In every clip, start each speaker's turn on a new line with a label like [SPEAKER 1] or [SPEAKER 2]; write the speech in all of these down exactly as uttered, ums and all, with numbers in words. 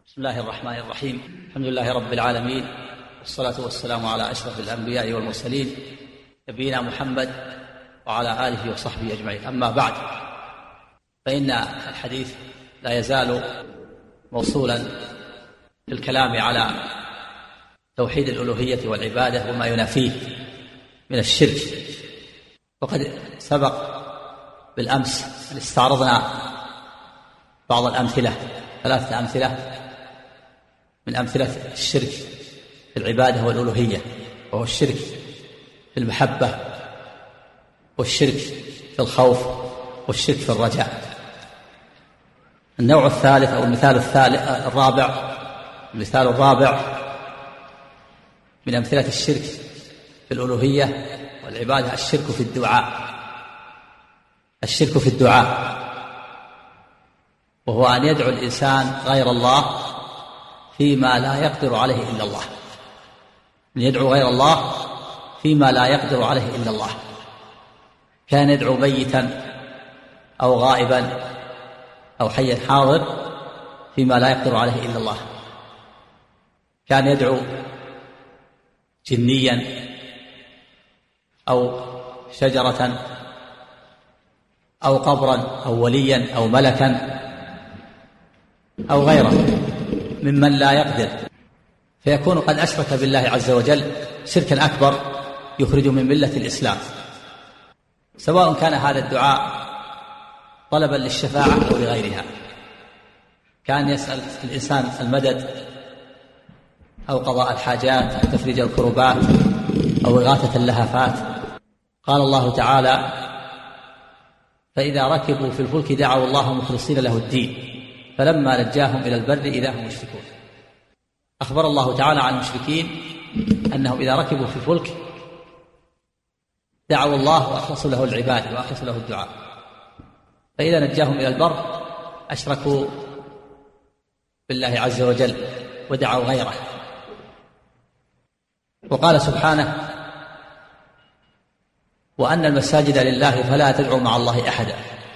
[SPEAKER 1] بسم الله الرحمن الرحيم. الحمد لله رب العالمين، والصلاة والسلام على أشرف الأنبياء والمرسلين نبينا محمد وعلى آله وصحبه أجمعين. أما بعد، فإن الحديث لا يزال موصولا في الكلام على توحيد الألوهية والعبادة وما ينافيه من الشرك. وقد سبق بالأمس أن استعرضنا بعض الأمثلة، ثلاثة أمثلة من أمثلة الشرك في العبادة والألوهية، وهو الشرك في المحبة، والشرك في الخوف، والشرك في الرجاء. النوع الثالث أو المثال الثالث الرابع المثال الرابع من أمثلة الشرك في الألوهية والعبادة الشرك في الدعاء. الشرك في الدعاء وهو أن يدعو الإنسان غير الله فيما لا يقدر عليه إلا الله، أن يدعو غير الله فيما لا يقدر عليه إلا الله. كان يدعو ميتا أو غائبا أو حيا حاضر فيما لا يقدر عليه إلا الله. كان يدعو جنيا أو شجرة أو قبرا أو وليا أو ملكا أو غيره ممن لا يقدر، فيكون قد أشرك بالله عز وجل شركا أكبر يخرج من ملة الإسلام، سواء كان هذا الدعاء طلبا للشفاعة أو لغيرها. كان يسأل الإنسان المدد أو قضاء الحاجات أو تفريج الكربات أو إغاثة اللهفات. قال الله تعالى: فإذا ركبوا في الفلك دعوا الله مخلصين له الدين فلما نجاهم إلى البر إذا هم مشركون. أخبر الله تعالى عن المشركين أنهم إذا ركبوا في الفلك دعوا الله وأخلصوا له العبادة وأخلصوا له الدعاء، فإذا نجاهم إلى البر أشركوا بالله عز وجل ودعوا غيره. وقال سبحانه: وأن المساجد لله فلا تدعوا مع الله أحدا.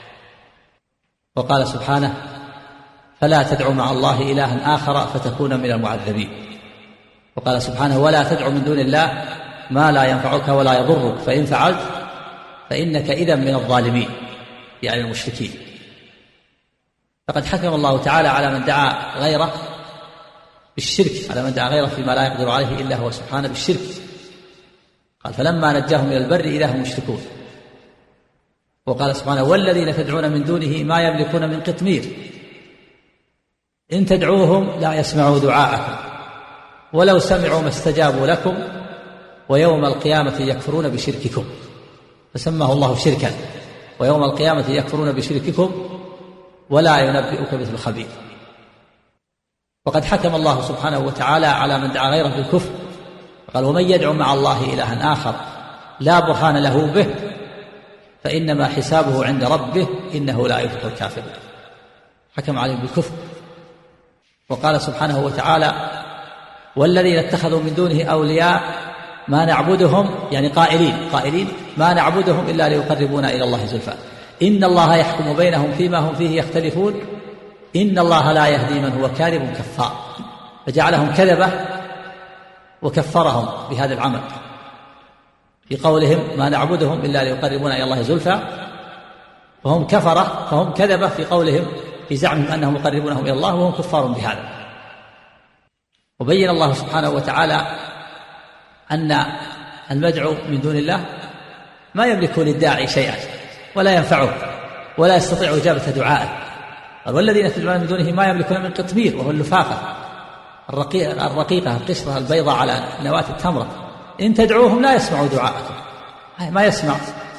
[SPEAKER 1] وقال سبحانه: فلا تدعوا مع الله إلها آخر فتكون من المعذبين. وقال سبحانه: ولا تدعوا من دون الله ما لا ينفعك ولا يضرك فإن فعلت فإنك إذا من الظالمين، يعني المشركين. فقد حكم الله تعالى على من دعا غيره بالشرك، على من دعا غيره فيما لا يقدر عليه إلا هو سبحانه بالشرك. قال: فلما نجاهم إلى البر إذا هم مشركون. وقال سبحانه: والذين تدعون من دونه ما يملكون من قطمير إن تدعوهم لا يسمعوا دعاءكم ولو سمعوا ما استجابوا لكم ويوم القيامة يكفرون بشرككم. فسماه الله شركا، ويوم القيامة يكفرون بشرككم ولا ينبئك مثل خبير. وقد حكم الله سبحانه وتعالى على من دعا غيره بالكفر، قال: ومن يدعو مع الله إلها آخر لا برهان له به فإنما حسابه عند ربه إنه لا يفلح الكافرون. حكم عليهم بالكفر. وقال سبحانه وتعالى: والذين اتخذوا من دونه أولياء ما نعبدهم، يعني قائلين قائلين ما نعبدهم إلا ليقربونا إلى الله زلفى إن الله يحكم بينهم فيما هم فيه يختلفون إن الله لا يهدي من هو كاذب كفار. فجعلهم كذبة وكفرهم بهذا العمل في قولهم ما نعبدهم إلا ليقربونا إلى الله زلفى، فهم كفرة، فهم كذبة في قولهم في زعمهم أنهم يقربونهم إلى الله وهم كفار بهذا. وبين الله سبحانه وتعالى أن المدعو من دون الله ما يملك للداعي شيئا ولا ينفعه ولا يستطيع إجابة دعائه. والذين تدعون من دونه ما يملكون من قطمير، وهو اللفافة الرقيقة, الرقيقة القشرة البيضاء على نواة التمرة. إن تدعوهم لا يسمعوا دعاءكم، ما يسمع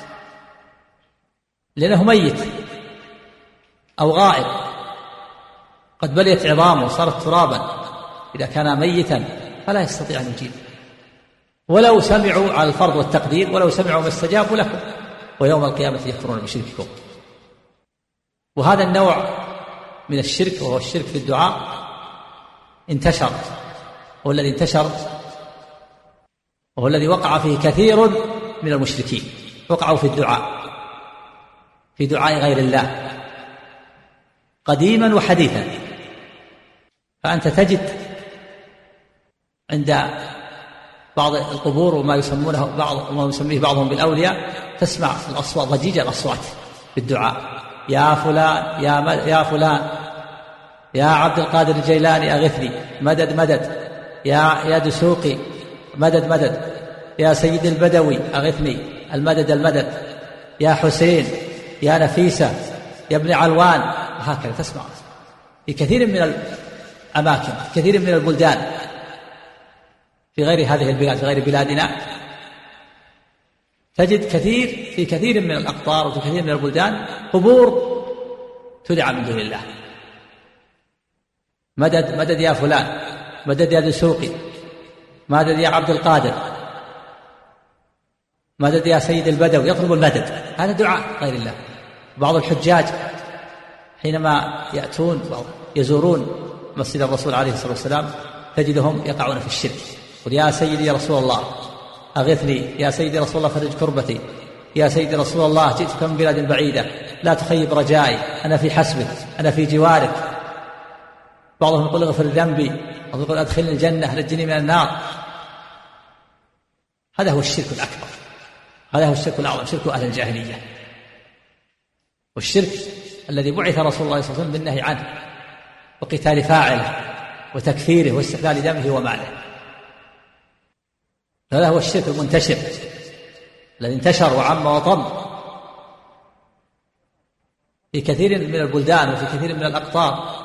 [SPEAKER 1] لأنه ميت أو غائب، قد بليت عظامه وصارت ترابا. إذا كان ميتا فلا يستطيع أن يجيب، ولو سمعوا على الفرض والتقدير ولو سمعوا ما استجابوا لكم ويوم القيامة يكفرون بشرككم. وهذا النوع من الشرك وهو الشرك في الدعاء انتشر، هو الذي انتشر وهو الذي وقع فيه كثير من المشركين. وقعوا في الدعاء، في دعاء غير الله قديما وحديثا. فأنت تجد عند بعض القبور وما يسمونه بعض وما يسميه بعضهم بالأولياء تسمع الأصوات، ضجيج الأصوات بالدعاء: يا فلان يا, يا فلان يا عبد القادر الجيلاني أغثني، مدد مدد، يا يا دسوقي مدد مدد، يا سيد البدوي أغثني، المدد المدد، يا حسين يا نفيسة يا ابن علوان. وهكذا تسمع في كثير من الأماكن، في كثير من البلدان في غير هذه البلاد، في غير بلادنا تجد كثير في كثير من الأقطار وفي كثير من البلدان قبور تدعى من دون الله: مدد مدد يا فلان، مدد يا دسوقي، مدد يا عبد القادر، مدد يا سيد البدوي، يطلب المدد. هذا دعاء غير الله. بعض الحجاج حينما يأتون يزورون مسجد الرسول عليه الصلاة والسلام تجدهم يقعون في الشرك: قل يا سيدي يا رسول الله أغثني، يا سيدي رسول الله فرج كربتي، يا سيدي رسول الله جئتك من بلاد بعيدة لا تخيب رجائي، أنا في حسبك، أنا في جوارك. بعضهم يقول اغفر ذنبي، بعضهم يقول أدخلني الجنة، نجني من النار. هذا هو الشرك الأكبر، هذا هو الشرك الأعظم، شرك أهل الجاهلية، والشرك الذي بعث رسول الله صلى الله عليه وسلم بالنهي عنه وقتال فاعله وتكفيره واستحلال دمه وماله. هذا هو الشرك المنتشر الذي انتشر وعم وطم في كثير من البلدان وفي كثير من الأقطار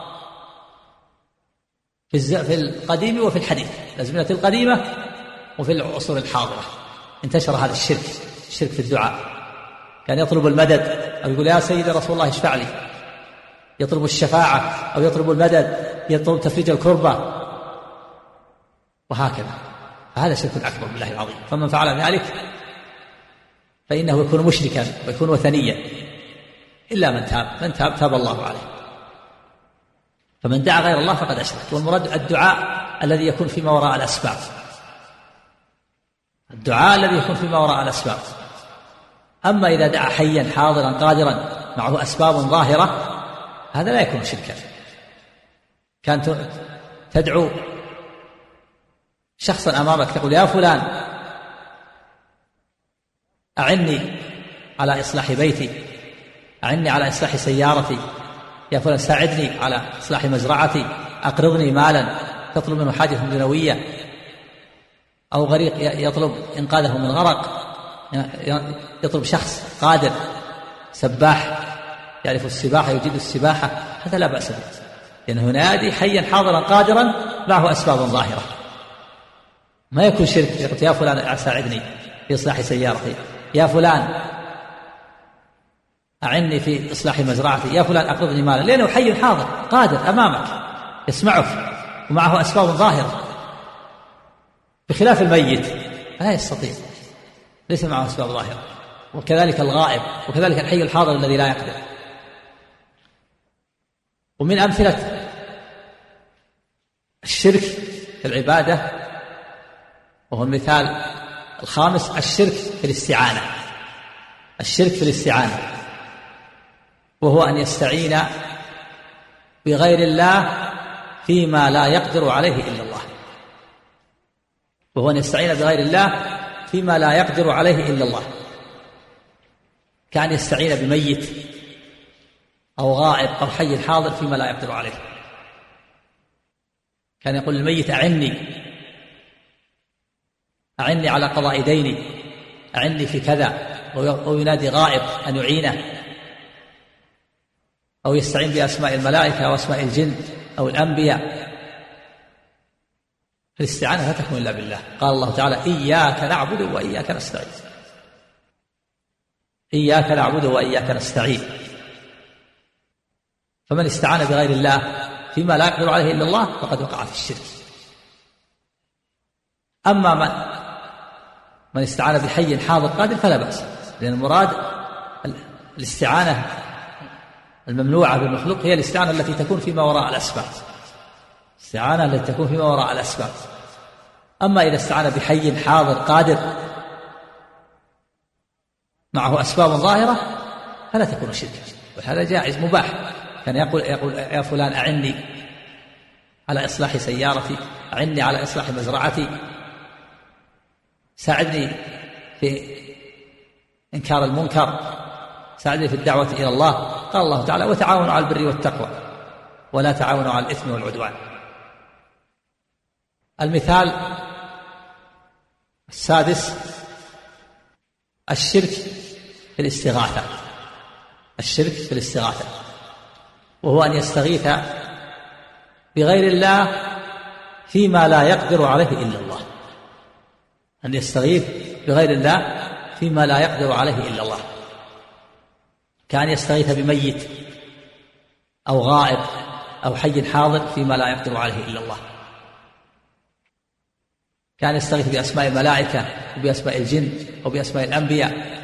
[SPEAKER 1] في القديم وفي الحديث، الأزمنة القديمة وفي العصور الحاضرة انتشر هذا الشرك، الشرك في الدعاء. كان يطلب المدد أو يقول يا سيدي رسول الله اشفع لي، يطلب الشفاعة أو يطلب المدد، يطلب تفريج الكربة، وهكذا. فهذا شرك أكبر بالله العظيم. فمن فعل ذلك فإنه يكون مشركا ويكون وثنيا، إلا من تاب، من تاب تاب الله عليه. فمن دعا غير الله فقد أشرك. والمراد الدعاء الذي يكون فيما وراء الأسباب، الدعاء الذي يكون فيما وراء الأسباب. أما إذا دعا حيا حاضرا قادرا معه أسباب ظاهرة هذا لا يكون شركا. كانت تدعو شخصا أمامك تقول يا فلان أعني على إصلاح بيتي، أعني على إصلاح سيارتي، يا فلان ساعدني على إصلاح مزرعتي، أقرضني مالا، تطلب منه حاجة دنيوية، أو غريق يطلب إنقاذه من غرق، يطلب شخص قادر سباح يعرف السباحة يجيد السباحة، هذا لا بأس به، لأنه ينادي حيا حاضرا قادرا معه أسباب ظاهرة. ما يكون شرك. يقول يا فلان ساعدني في إصلاح سيارتي، يا فلان أعني في إصلاح مزرعتي، يا فلان أقرضني مالا، لأنه حي حاضر قادر أمامك يسمعك ومعه أسباب ظاهرة، بخلاف الميت لا يستطيع، ليس معه أسباب ظاهرة. وكذلك الغائب، وكذلك الحي الحاضر الذي لا يقدر. ومن أمثلة الشرك في العبادة، وهو المثال الخامس، الشرك في الاستعانة. الشرك في الاستعانة وهو أن يستعين بغير الله فيما لا يقدر عليه إلا الله، وهو أن يستعين بغير الله فيما لا يقدر عليه إلا الله، كأن يستعين بميت أو غائب أو حي حاضر فيما لا يقدر عليه. كان يقول الميت أعني أعني على قضاء ديني، أعني في كذا، أو ينادي غائب أن يعينه، أو يستعين بأسماء الملائكة أو أسماء الجن أو الأنبياء. الاستعانة لا تكون إلا بالله. قال الله تعالى إياك نعبد وإياك نستعين، إياك نعبد وإياك نستعين. فمن استعان بغير الله فيما لا يقدر عليه إلا الله فقد وقع في الشرك. أما من من استعان بحي حاضر قادر فلا بأس، لأن المراد الاستعانة الممنوعة بالمخلوق هي الاستعانة التي تكون فيما وراء الأسباب، الاستعانة التي تكون فيما وراء الأسباب. أما إذا استعان بحي حاضر قادر معه أسباب ظاهرة فلا تكون شركا، وهذا جائز مباح. كان يقول يقول يا فلان أعني على إصلاح سيارتي، أعني على إصلاح مزرعتي، ساعدني في إنكار المنكر، ساعدني في الدعوة إلى الله. قال الله تعالى: وتعاونوا على البر والتقوى ولا تعاونوا على الإثم والعدوان. المثال السادس الشرك في الاستغاثة. الشرك في الاستغاثة وهو أن يستغيث بغير الله فيما لا يقدر عليه إلا الله. أن يستغيث بغير الله فيما لا يقدر عليه إلا الله، كأن يستغيث بميت أو غائب أو حي حاضر فيما لا يقدر عليه إلا الله، كان يستغيث بأسماء الملائكة وبأسماء الجن وبأسماء الأنبياء،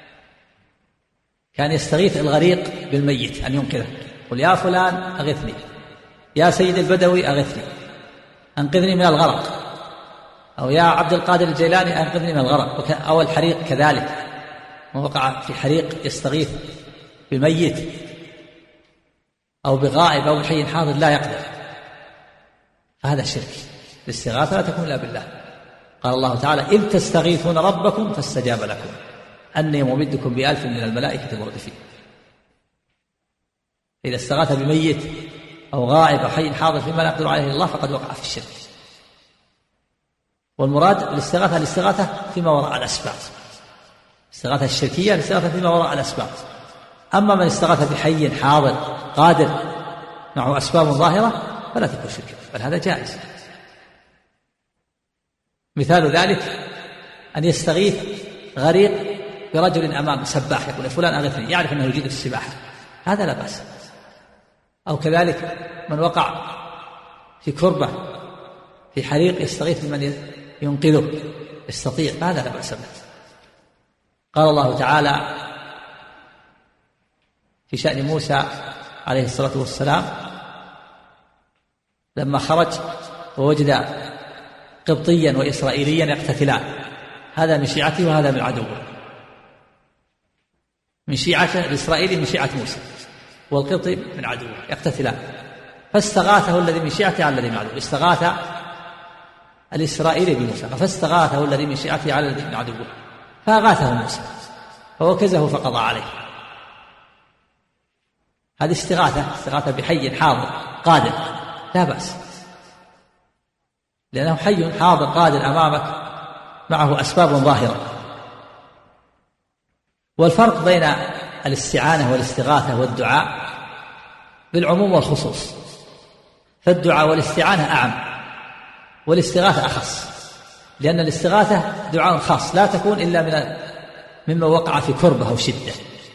[SPEAKER 1] كان يستغيث الغريق بالميت أن ينقذه، قل يا فلان أغثني، يا سيد البدوي أغثني، أنقذني من الغرق، أو يا عبد القادر الجيلاني أنقذني من الغرق، أو الحريق كذلك، من وقع في حريق يستغيث بميت أو بغائب أو بحي حاضر لا يقدر، فهذا شرك. الاستغاثة لا تكون إلا بالله. قال الله تعالى: إذ تستغيثون ربكم فاستجاب لكم أني ممدكم بألف من الملائكة مردفين. إذا استغاث بميت أو غائب أو حي حاضر فيما لا يقدر عليه الله فقد وقع في الشرك. والمراد الاستغاثة الاستغاثة فيما وراء الأسباب، الاستغاثة الشركية الاستغاثة فيما وراء الأسباب. أما من استغاث بحي حاضر قادر معه أسباب ظاهرة فلا تكون شركا، بل هذا جائز. مثال ذلك أن يستغيث غريق برجل أمام سباح يقول فلان أغثني، يعرف أنه يجيد السباحة، هذا لا بأس. أو كذلك من وقع في كربة في حريق يستغيث بمن ينقذه يستطيع، هذا لا بأس به. قال الله تعالى في شأن موسى عليه الصلاة والسلام لما خرج ووجد قبطيا وإسرائيليا يقتتلان، هذا من شيعته وهذا من عدوه، من شيعته الإسرائيلي من شيعة موسى، والقبطي من عدوه يقتتلان، فاستغاثه الذي من شيعته على الذي من عدوه، استغاث الإسرائيلي بموسى فاستغاثه الذي من شيعته على الذي من عدوه فأغاثه موسى فوكزه فقضى عليه. هذه استغاثة، استغاثة بحي حاضر قادر لا بأس، لأنه حي حاضر قادر أمامك معه أسباب ظاهرة. والفرق بين الاستعانة والاستغاثة والدعاء بالعموم والخصوص، فالدعاء والاستعانة أعم والاستغاثة أخص، لأن الاستغاثة دعاء خاص لا تكون إلا من مما وقع في كربة أو شدة،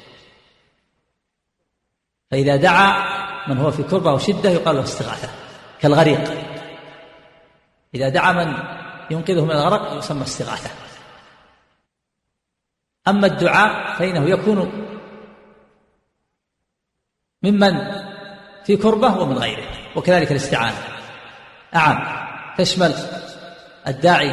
[SPEAKER 1] فإذا دعا من هو في كربة أو شدة يقال له استغاثة كالغريق، إذا دعا من ينقذه من الغرق يسمى استغاثة. أما الدعاء فإنه يكون ممن في كربة ومن غيره، وكذلك الاستعانة أعم تشمل الداعي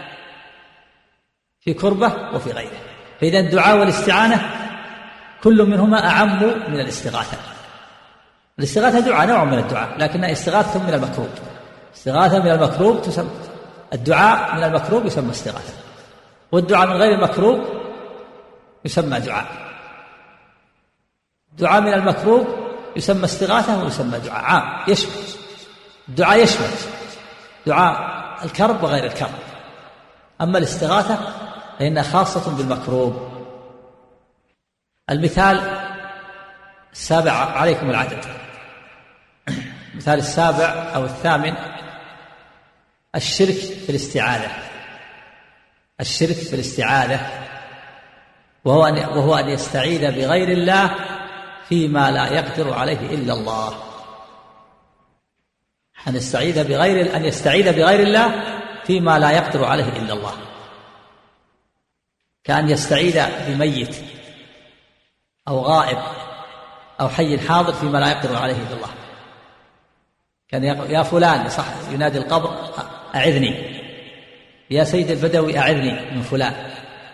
[SPEAKER 1] في كربة وفي غيره، فإذا الدعاء والاستعانة كل منهما أعم من الاستغاثة. الاستغاثة دعاء نوع من الدعاء لكنها استغاثة من المكروب، استغاثة من المكروب تسمى الدعاء من المكروب يسمى استغاثة، والدعاء من غير المكروب يسمى دعاء. دعاء من المكروب يسمى استغاثة ويسمى دعاء عام يشمل، الدعاء يشمل دعاء الكرب وغير الكرب، أما الاستغاثة فإنها خاصة بالمكروب. المثال السابع عليكم العدد، المثال السابع أو الثامن الشرك في الاستعاذة. الشرك في الاستعاذة وهو أن, وهو أن يستعيذ بغير الله فيما لا يقدر عليه إلا الله. أن يستعيذ بغير أن يستعيذ بغير الله فيما لا يقدر عليه إلا الله، كأن يستعيذ بميت أو غائب أو حي حاضر فيما لا يقدر عليه إلا الله، كان يا فلان صح ينادي القبر أعذني، يا سيد البدوي أعذني من فلان،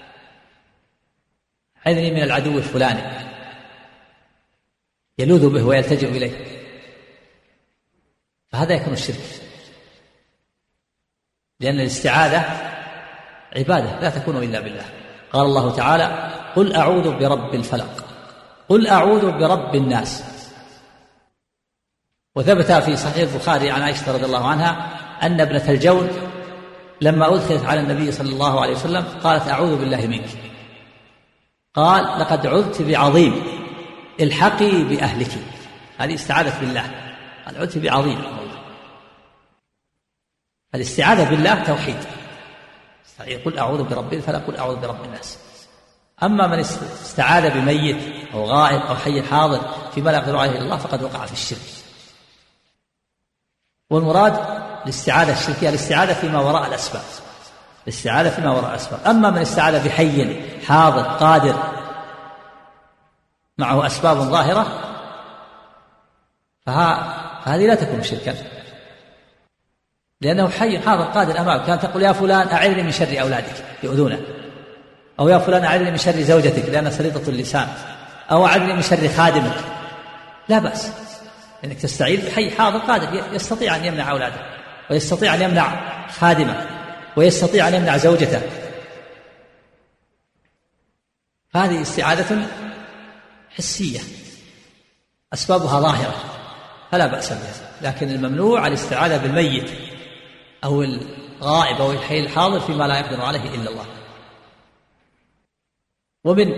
[SPEAKER 1] أعذني من العدو الفلاني، يلوذ به ويلتجئ إليه. فهذا يكون الشرك، لأن الاستعاذة عبادة لا تكون إلا بالله. قال الله تعالى: قل أعوذ برب الفلق، قل أعوذ برب الناس. وثبت في صحيح البخاري عن عائشة رضي الله عنها أن ابنة الجون لما أدخلت على النبي صلى الله عليه وسلم قالت: أعوذ بالله منك. قال: لقد عذت بعظيم، الحقي بأهلك. هذه استعاذت بالله، قال: عذت بعظيم. الاستعاذة بالله توحيد. يقول أعوذ برب الفلق، قل أعوذ برب الناس. أما من استعاذ بميت أو غائب أو حي حاضر فيما لا يقدر عليه إلا الله فقد وقع في الشرك. والمراد الاستعاذة الشركية الاستعاذة فيما وراء الأسباب، الاستعاذة فيما وراء الأسباب. أما من استعاذ بحي حاضر قادر معه أسباب ظاهرة فهذه لا تكون شركا، لأنه حي حاضر قادر أمامك. كانت تقول: يا فلان أعذني من شر أولادك يؤذونه، أو يا فلان أعذني من شر زوجتك لأنها سليطة اللسان، أو أعذني من شر خادمك. لا بأس لأنك تستعيذ بحي حاضر قادر يستطيع أن يمنع أولاده، ويستطيع أن يمنع خادمه، ويستطيع أن يمنع زوجته. هذه استعاذة حسية أسبابها ظاهرة فلا بأس بها. لكن الممنوع الاستعاذة بالميت أو الغائب أو الحي الحاضر فيما لا يقدر عليه إلا الله. ومن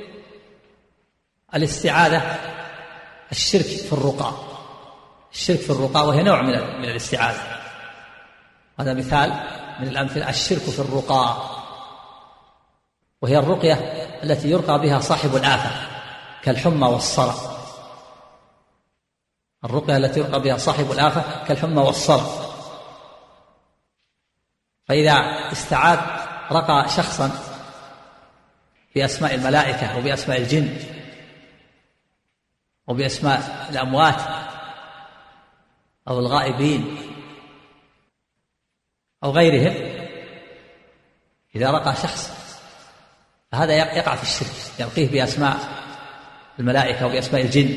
[SPEAKER 1] الاستعاذة الشرك في الرقى، الشرك في الرقى وهي نوع من من الاستعاذة. هذا مثال من الأمثلة: الشرك في الرقى، وهي الرقية التي يرقى بها صاحب الآفة كالحمى والصرع. الرقية التي يرقى بها صاحب الآفة كالحمى والصرع. فإذا استعاذ رقى شخصا بأسماء الملائكة وبأسماء الجن وبأسماء الأموات أو الغائبين أو غيرهم، إذا رقى شخص فهذا يقع في الشرك، يرقيه بأسماء الملائكة وبأسماء الجن،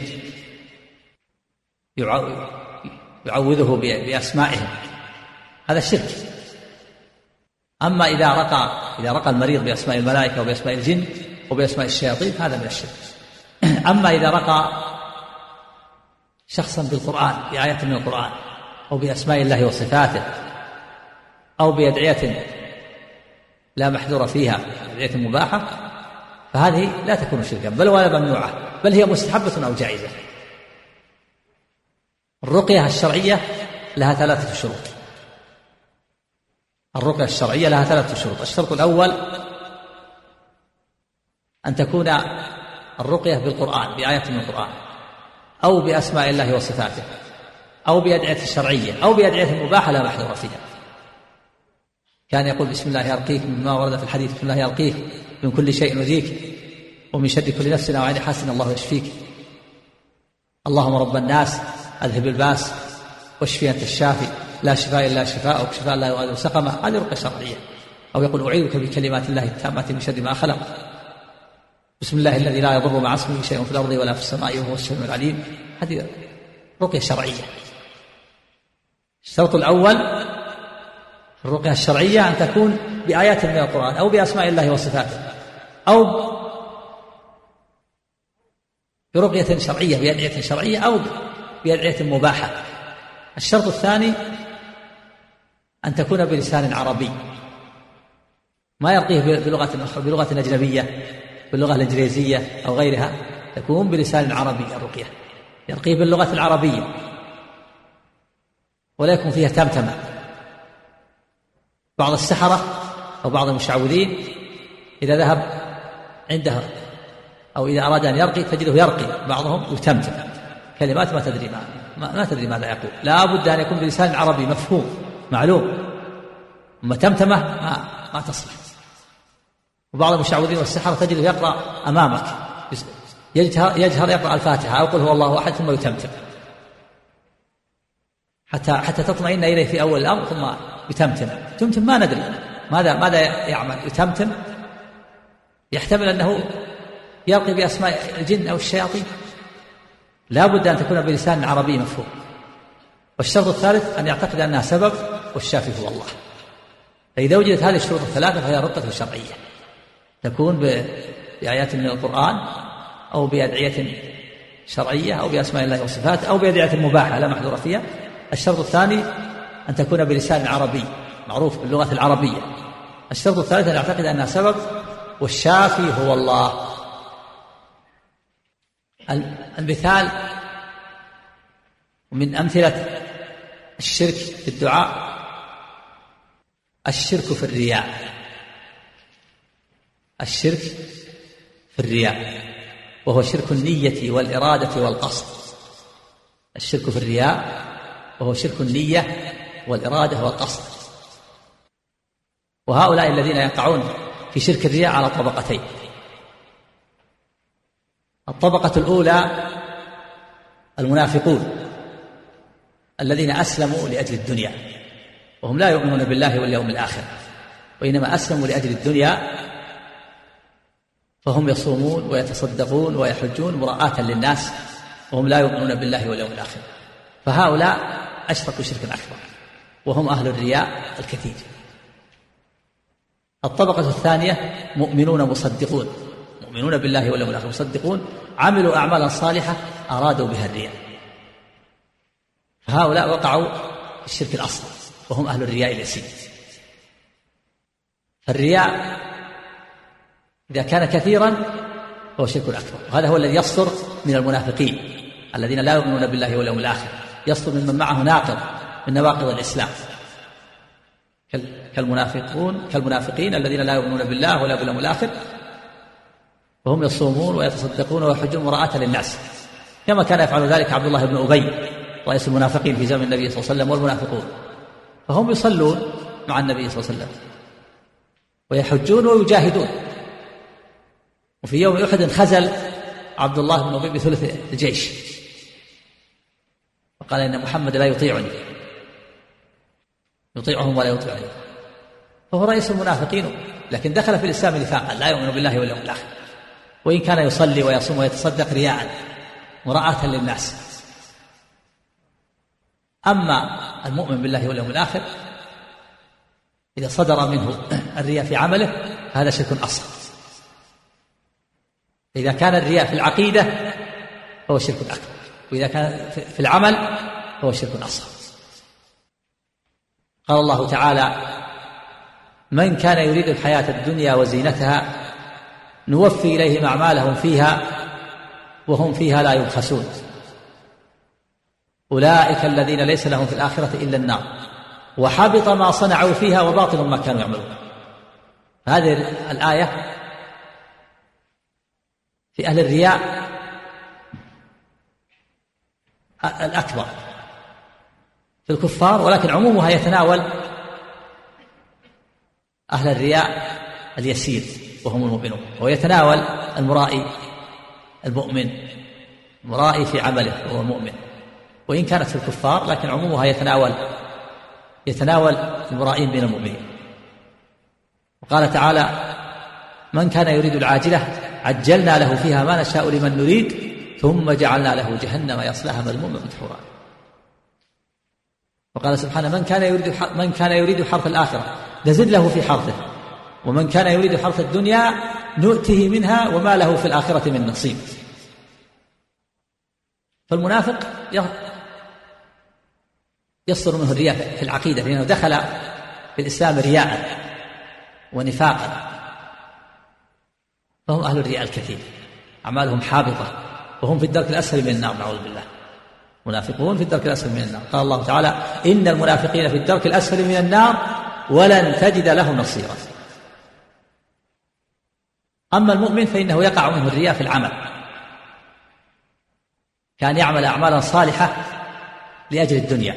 [SPEAKER 1] يعوذه بأسمائهم، هذا الشرك. أما إذا رقى إذا رقى المريض بأسماء الملائكة وبأسماء الجن وبأسماء الشياطين هذا من الشرك. أما إذا رقى شخصا بالقرآن بآية من القرآن أو بأسماء الله وصفاته أو بأدعية لا محذور فيها، أدعية مباحة، فهذه لا تكون شركا بل ولا ممنوعة، بل هي مستحبة أو جائزة. الرقية الشرعية لها ثلاثة شروط. الرقية الشرعية لها ثلاثة شروط. الشرط الأول أن تكون الرقية بالقرآن بآية من القرآن أو بأسماء الله وصفاته أو بأدعية شرعية أو بأدعية مباحة لا محذور فيها. كان يقول: بسم الله يرقيك، مما ورد في الحديث: بسم الله يرقيك من كل شيء يؤذيك ومن شر كل نفس أو عين حاسد الله يشفيك. اللهم رب الناس أذهب الباس واشفي أنت الشافي لا شفاء إلا شفاءك شفاء لا يغادر سقما. هذه رقية شرعية. أو يقول: أعيذك بكلمات الله التامات من شر ما خلق، بسم الله الذي لا يضر مع اسمه شيء في الأرض ولا في السماء وهو السميع العليم. هذه رقية شرعية. الشرط الأول في الرقية الشرعية أن تكون بآيات من القرآن أو بأسماء الله وصفاته أو برقية شرعية بأدعية شرعية أو بأدعية مباحة. الشرط الثاني أن تكون بلسان عربي، ما يرقيه بلغة بلغة أجنبية باللغة الإنجليزية أو غيرها، تكون بلسان عربي. الرقية يرقيه باللغة العربية ولا يكون فيها تمتمة. بعض السحرة أو بعض المشعوذين إذا ذهب عنده أو إذا أراد أن يرقي تجده يرقي بعضهم يتمتم كلمات ما تدري ما, ما, ما تدري ماذا يقول. لا بد أن يكون بلسان عربي مفهوم معلوم. أما تمتمة ما, ما تصلح. وبعض المشعوذين والسحرة تجده يقرأ أمامك يجهر, يجهر يقرأ الفاتحة أو قل هو الله أحد ثم يتمتم حتى حتى تطمئن إليه في أول الأمر ثم يتمتم. تمتم ما ندري ماذا ماذا يعمل. يتمتم يحتمل أنه يرقي بأسماء الجن أو الشياطين. لا بد أن تكون بلسان عربي مفهوم. والشرط الثالث أن يعتقد أنها سبب والشافي هو الله. فإذا وجدت هذه الشروط الثلاثة فهي رقة شرعية تكون بآيات من القرآن أو بأدعية شرعية أو بأسماء الله وصفاته أو بأدعية مباحة لا محظور فيها. الشرط الثاني أن تكون بلسان عربي معروف باللغة العربية. الشرط الثالث أن يعتقد أنها سبب والشافي هو الله. المثال ومن أمثلة الشرك في الدعاء الشرك في الرياء. الشرك في الرياء وهو شرك النية والإرادة والقصد. الشرك في الرياء وهو شرك النية والإرادة والقصد. وهؤلاء الذين يقعون في شرك الرياء على طبقتين. الطبقة الأولى المنافقون الذين أسلموا لأجل الدنيا وهم لا يؤمنون بالله واليوم الآخر وإنما أسلموا لأجل الدنيا، فهم يصومون ويتصدقون ويحجون مراءة للناس وهم لا يؤمنون بالله واليوم الآخر. فهؤلاء أشركوا شركا أكبر وهم أهل الرياء الكثير. الطبقة الثانية مؤمنون مصدقون مؤمنون بالله واليوم الآخر مصدقون عملوا أعمالا صالحة أرادوا بها الرياء، فهؤلاء وقعوا في الشرك الأصغر وهم أهل الرياء اليسير. فالرياء إذا كان كثيرا فهو شرك أكبر، وهذا هو الذي يصدر من المنافقين الذين لا يؤمنون بالله واليوم الآخر، يصدر ممن معه ناقض من نواقض الإسلام كالمنافقون كالمنافقين الذين لا يؤمنون بالله ولا باليوم الآخر وهم يصومون ويتصدقون ويحجون مراءة للناس، كما كان يفعل ذلك عبد الله بن أبي رئيس المنافقين في زمن النبي صلى الله عليه وسلم والمنافقون. فهم يصلون مع النبي صلى الله عليه وسلم ويحجون ويجاهدون. وفي يوم أحد خزل عبد الله بن أبي بثلث الجيش وقال إن محمد لا يطيعني يطيعهم ولا يطيعني، فهو رئيس المنافقين لكن دخل في الإسلام نفاقا لا يؤمن بالله واليوم الآخر، وإن كان يصلي ويصوم ويتصدق رياء مراءة للناس. أما المؤمن بالله واليوم الآخر إذا صدر منه الرياء في عمله هذا شرك أصغر. إذا كان الرياء في العقيدة فهو شرك أكبر، وإذا كان في العمل فهو شرك أصغر. قال الله تعالى: من كان يريد الحياة الدنيا وزينتها نوفي إليهم أعمالهم فيها وهم فيها لا يبخسون أولئك الذين ليس لهم في الآخرة إلا النار وحبط ما صنعوا فيها وباطل ما كانوا يعملون. هذه الآية في أهل الرياء الأكبر في الكفار، ولكن عمومها يتناول أهل الرياء اليسير وهم المؤمنون، ويتناول المرائي المؤمن المرائي في عمله وهو المؤمن، وإن كانت في الكفار لكن عمومها يتناول يتناول المرائين بين المؤمنين. وقال تعالى: من كان يريد العاجلة عجلنا له فيها ما نشاء لمن نريد ثم جعلنا له جهنم يصلاها مذموما مدحورا. وقال سبحانه: من كان يريد من كان يريد حرث الآخرة نزد له في حرثه ومن كان يريد حرث الدنيا نؤته منها وما له في الآخرة من نصيب. فالمنافق يصدر منه الرياء في العقيدة لأنه دخل في الإسلام رياء ونفاقا، فهم أهل الرياء الكثير أعمالهم حابطة وهم في الدرك الأسفل من النار، نعوذ بالله. منافقون في الدرك الأسفل من النار. قال الله تعالى: إن المنافقين في الدرك الأسفل من النار ولن تجد لهم نصيرا. أما المؤمن فإنه يقع منه الرياء في العمل، كان يعمل أعمالا صالحة لأجل الدنيا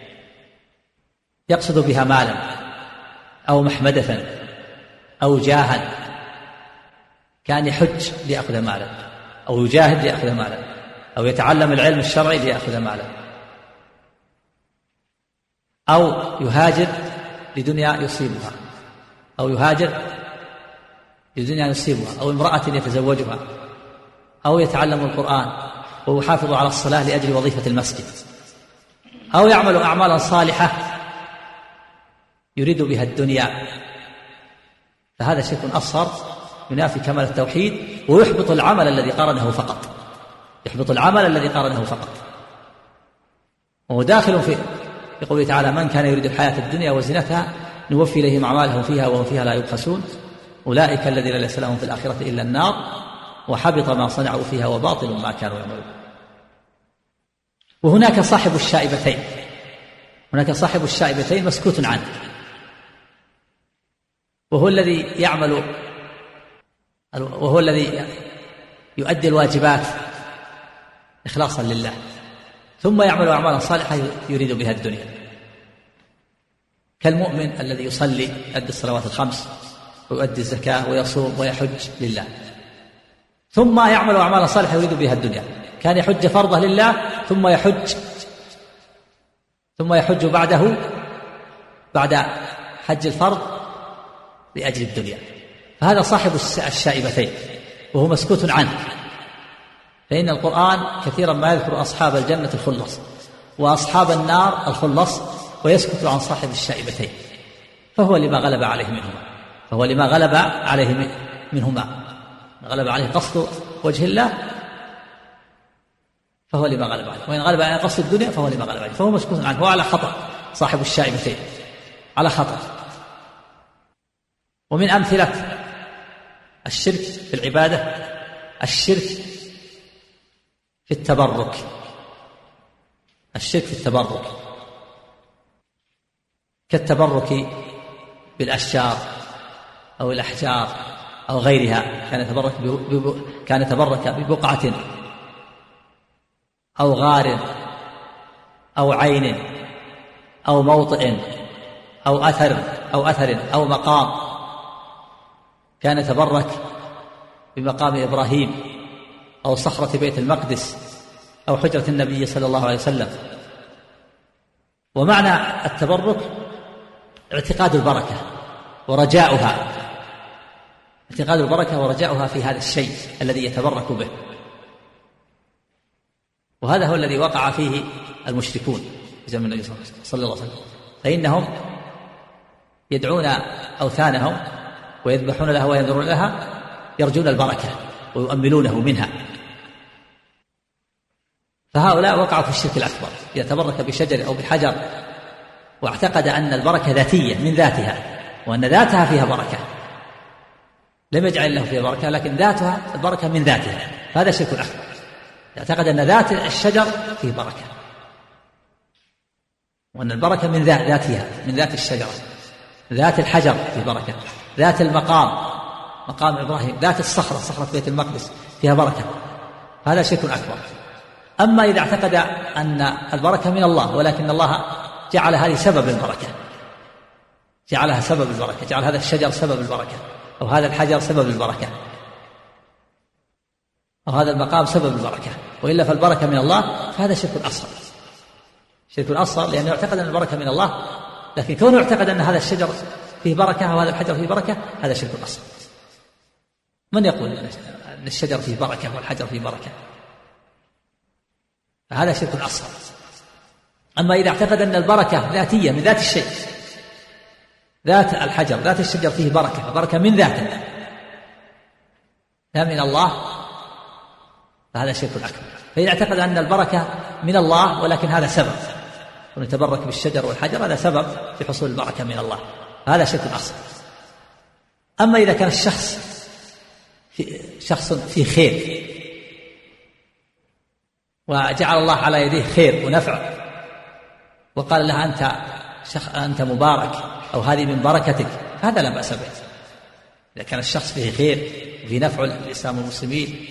[SPEAKER 1] يقصد بها مالا أو محمدة أو جاها، كان يحج ليأخذ مالا أو يجاهد ليأخذ مالا أو يتعلم العلم الشرعي ليأخذ مالا أو يهاجر لدنيا يصيبها أو يهاجر لدنيا يصيبها أو امرأة يتزوجها أو يتعلم القرآن ويحافظ على الصلاة لأجل وظيفة المسجد أو يعمل أعمالا صالحة يريد بها الدنيا، فهذا شرك أصغر ينافي كمال التوحيد ويحبط العمل الذي قرنه فقط، يحبط العمل الذي قرنه فقط. وهو داخل في قوله تعالى: من كان يريد الحياة الدنيا وزينتها نوفي إليهم أعمالهم فيها وهم فيها لا يبخسون أولئك الذين ليس لهم في الآخرة إلا النار وحبط ما صنعوا فيها وباطل ما كانوا يعملون. وهناك صاحب الشائبتين، هناك صاحب الشائبتين مسكوت عنه، وهو الذي يعمل وهو الذي يؤدي الواجبات إخلاصا لله، ثم يعمل أعمالا صالحة يريد بها الدنيا، كالمؤمن الذي يصلي يؤدي الصلوات الخمس ويؤدي الزكاة ويصوم ويحج لله، ثم يعمل أعمالا صالحة يريد بها الدنيا، كان يحج فرضه لله ثم يحج ثم يحج بعده بعد حج الفرض لأجل الدنيا، فهذا صاحب الشائبتين وهو مسكوت عنه. فإن القرآن كثيرا ما يذكر أصحاب الجنة الخلص وأصحاب النار الخلص ويسكت عن صاحب الشائبتين، فهو لما غلب عليه منهما فهو لما غلب عليه منهما غلب عليه قصد وجه الله فهو لما غلب عليه، وإن غلب عليه قصد الدنيا فهو لما غلب عليه، فهو مسكوت عنه، هو على خطأ. صاحب الشائبتين على خطأ. ومن أمثلة الشرك في العبادة الشرك في التبرك الشرك في التبرك كالتبرك بالأشجار أو الأحجار أو غيرها، كان يتبرك كان يتبرك ببقعة أو غار أو عين أو موطئ أو أثر أو أثر أو مقام، كان يتبرك بمقام إبراهيم أو صخرة بيت المقدس أو حجرة النبي صلى الله عليه وسلم. ومعنى التبرك اعتقاد البركة ورجاؤها اعتقاد البركة ورجاؤها في هذا الشيء الذي يتبرك به، وهذا هو الذي وقع فيه المشركون في زمن النبي صلى الله عليه وسلم، فإنهم يدعون أوثانهم ويذبحون لها وينذرون لها يرجون البركة ويؤملونه منها، فهؤلاء وقعوا في الشرك الأكبر، يتبرك بشجر أو بحجر واعتقد أن البركة ذاتية من ذاتها وأن ذاتها فيها بركة، لم يجعل له فيها بركة لكن ذاتها البركة من ذاتها، فهذا شرك أكبر. يعتقد أن ذات الشجر فيه بركة وأن البركة من ذات ذاتها من ذات الشجرة، ذات الحجر فيه بركة، ذات المقام مقام إبراهيم، ذات الصخرة صخرة بيت المقدس فيها بركة، هذا شرك أكبر. أما إذا اعتقد أن البركة من الله ولكن الله جعل هذه سبب البركة، جعلها سبب البركة، جعل هذا الشجر سبب البركة أو هذا الحجر سبب البركة أو هذا المقام سبب البركة، وإلا فالبركة من الله، فهذا شرك أصغر شرك أصغر لأنه يعتقد أن البركة من الله، لكن كونه يعتقد أن هذا الشجر فيه بركة وهذا الحجر فيه بركة هذا شرك أصغر. من يقول أن الشجر فيه بركة والحجر فيه بركة؟ هذا شرك أصغر. أما إذا اعتقد أن البركة ذاتية من ذات الشيء، ذات الحجر ذات الشجر فيه بركة، بركة من ذاته لا من الله، فهذا شرك أكبر. فإذا اعتقد أن البركة من الله ولكن هذا سبب، ونتبرك بالشجر والحجر هذا سبب في حصول البركة من الله، هذا شرك أصغر. أما إذا كان الشخص في شخص فيه خير وجعل الله على يديه خير ونفع وقال له أنت شخ... أنت مبارك أو هذه من بركتك، هذا لا بأس به. إذا كان الشخص فيه خير وفيه نفع للإسلام والمسلمين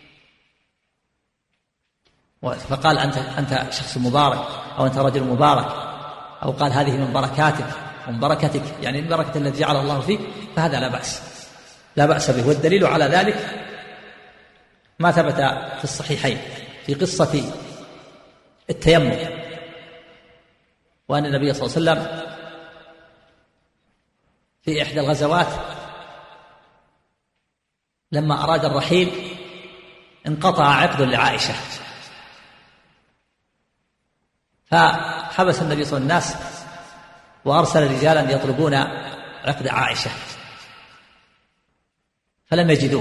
[SPEAKER 1] فقال أنت أنت شخص مبارك أو أنت رجل مبارك، أو قال هذه من بركاتك ومن بركتك يعني من بركة التي جعل الله فيك، فهذا لا بأس لا بأس به. والدليل على ذلك ما ثبت في الصحيحين في قصة التيمم، وأن النبي صلى الله عليه وسلم في إحدى الغزوات لما أراد الرحيل انقطع عقد لعائشة، حبس النبي صلى الله عليه وسلم الناس وأرسل رجالا يطلبون عقد عائشة فلم يجدوه،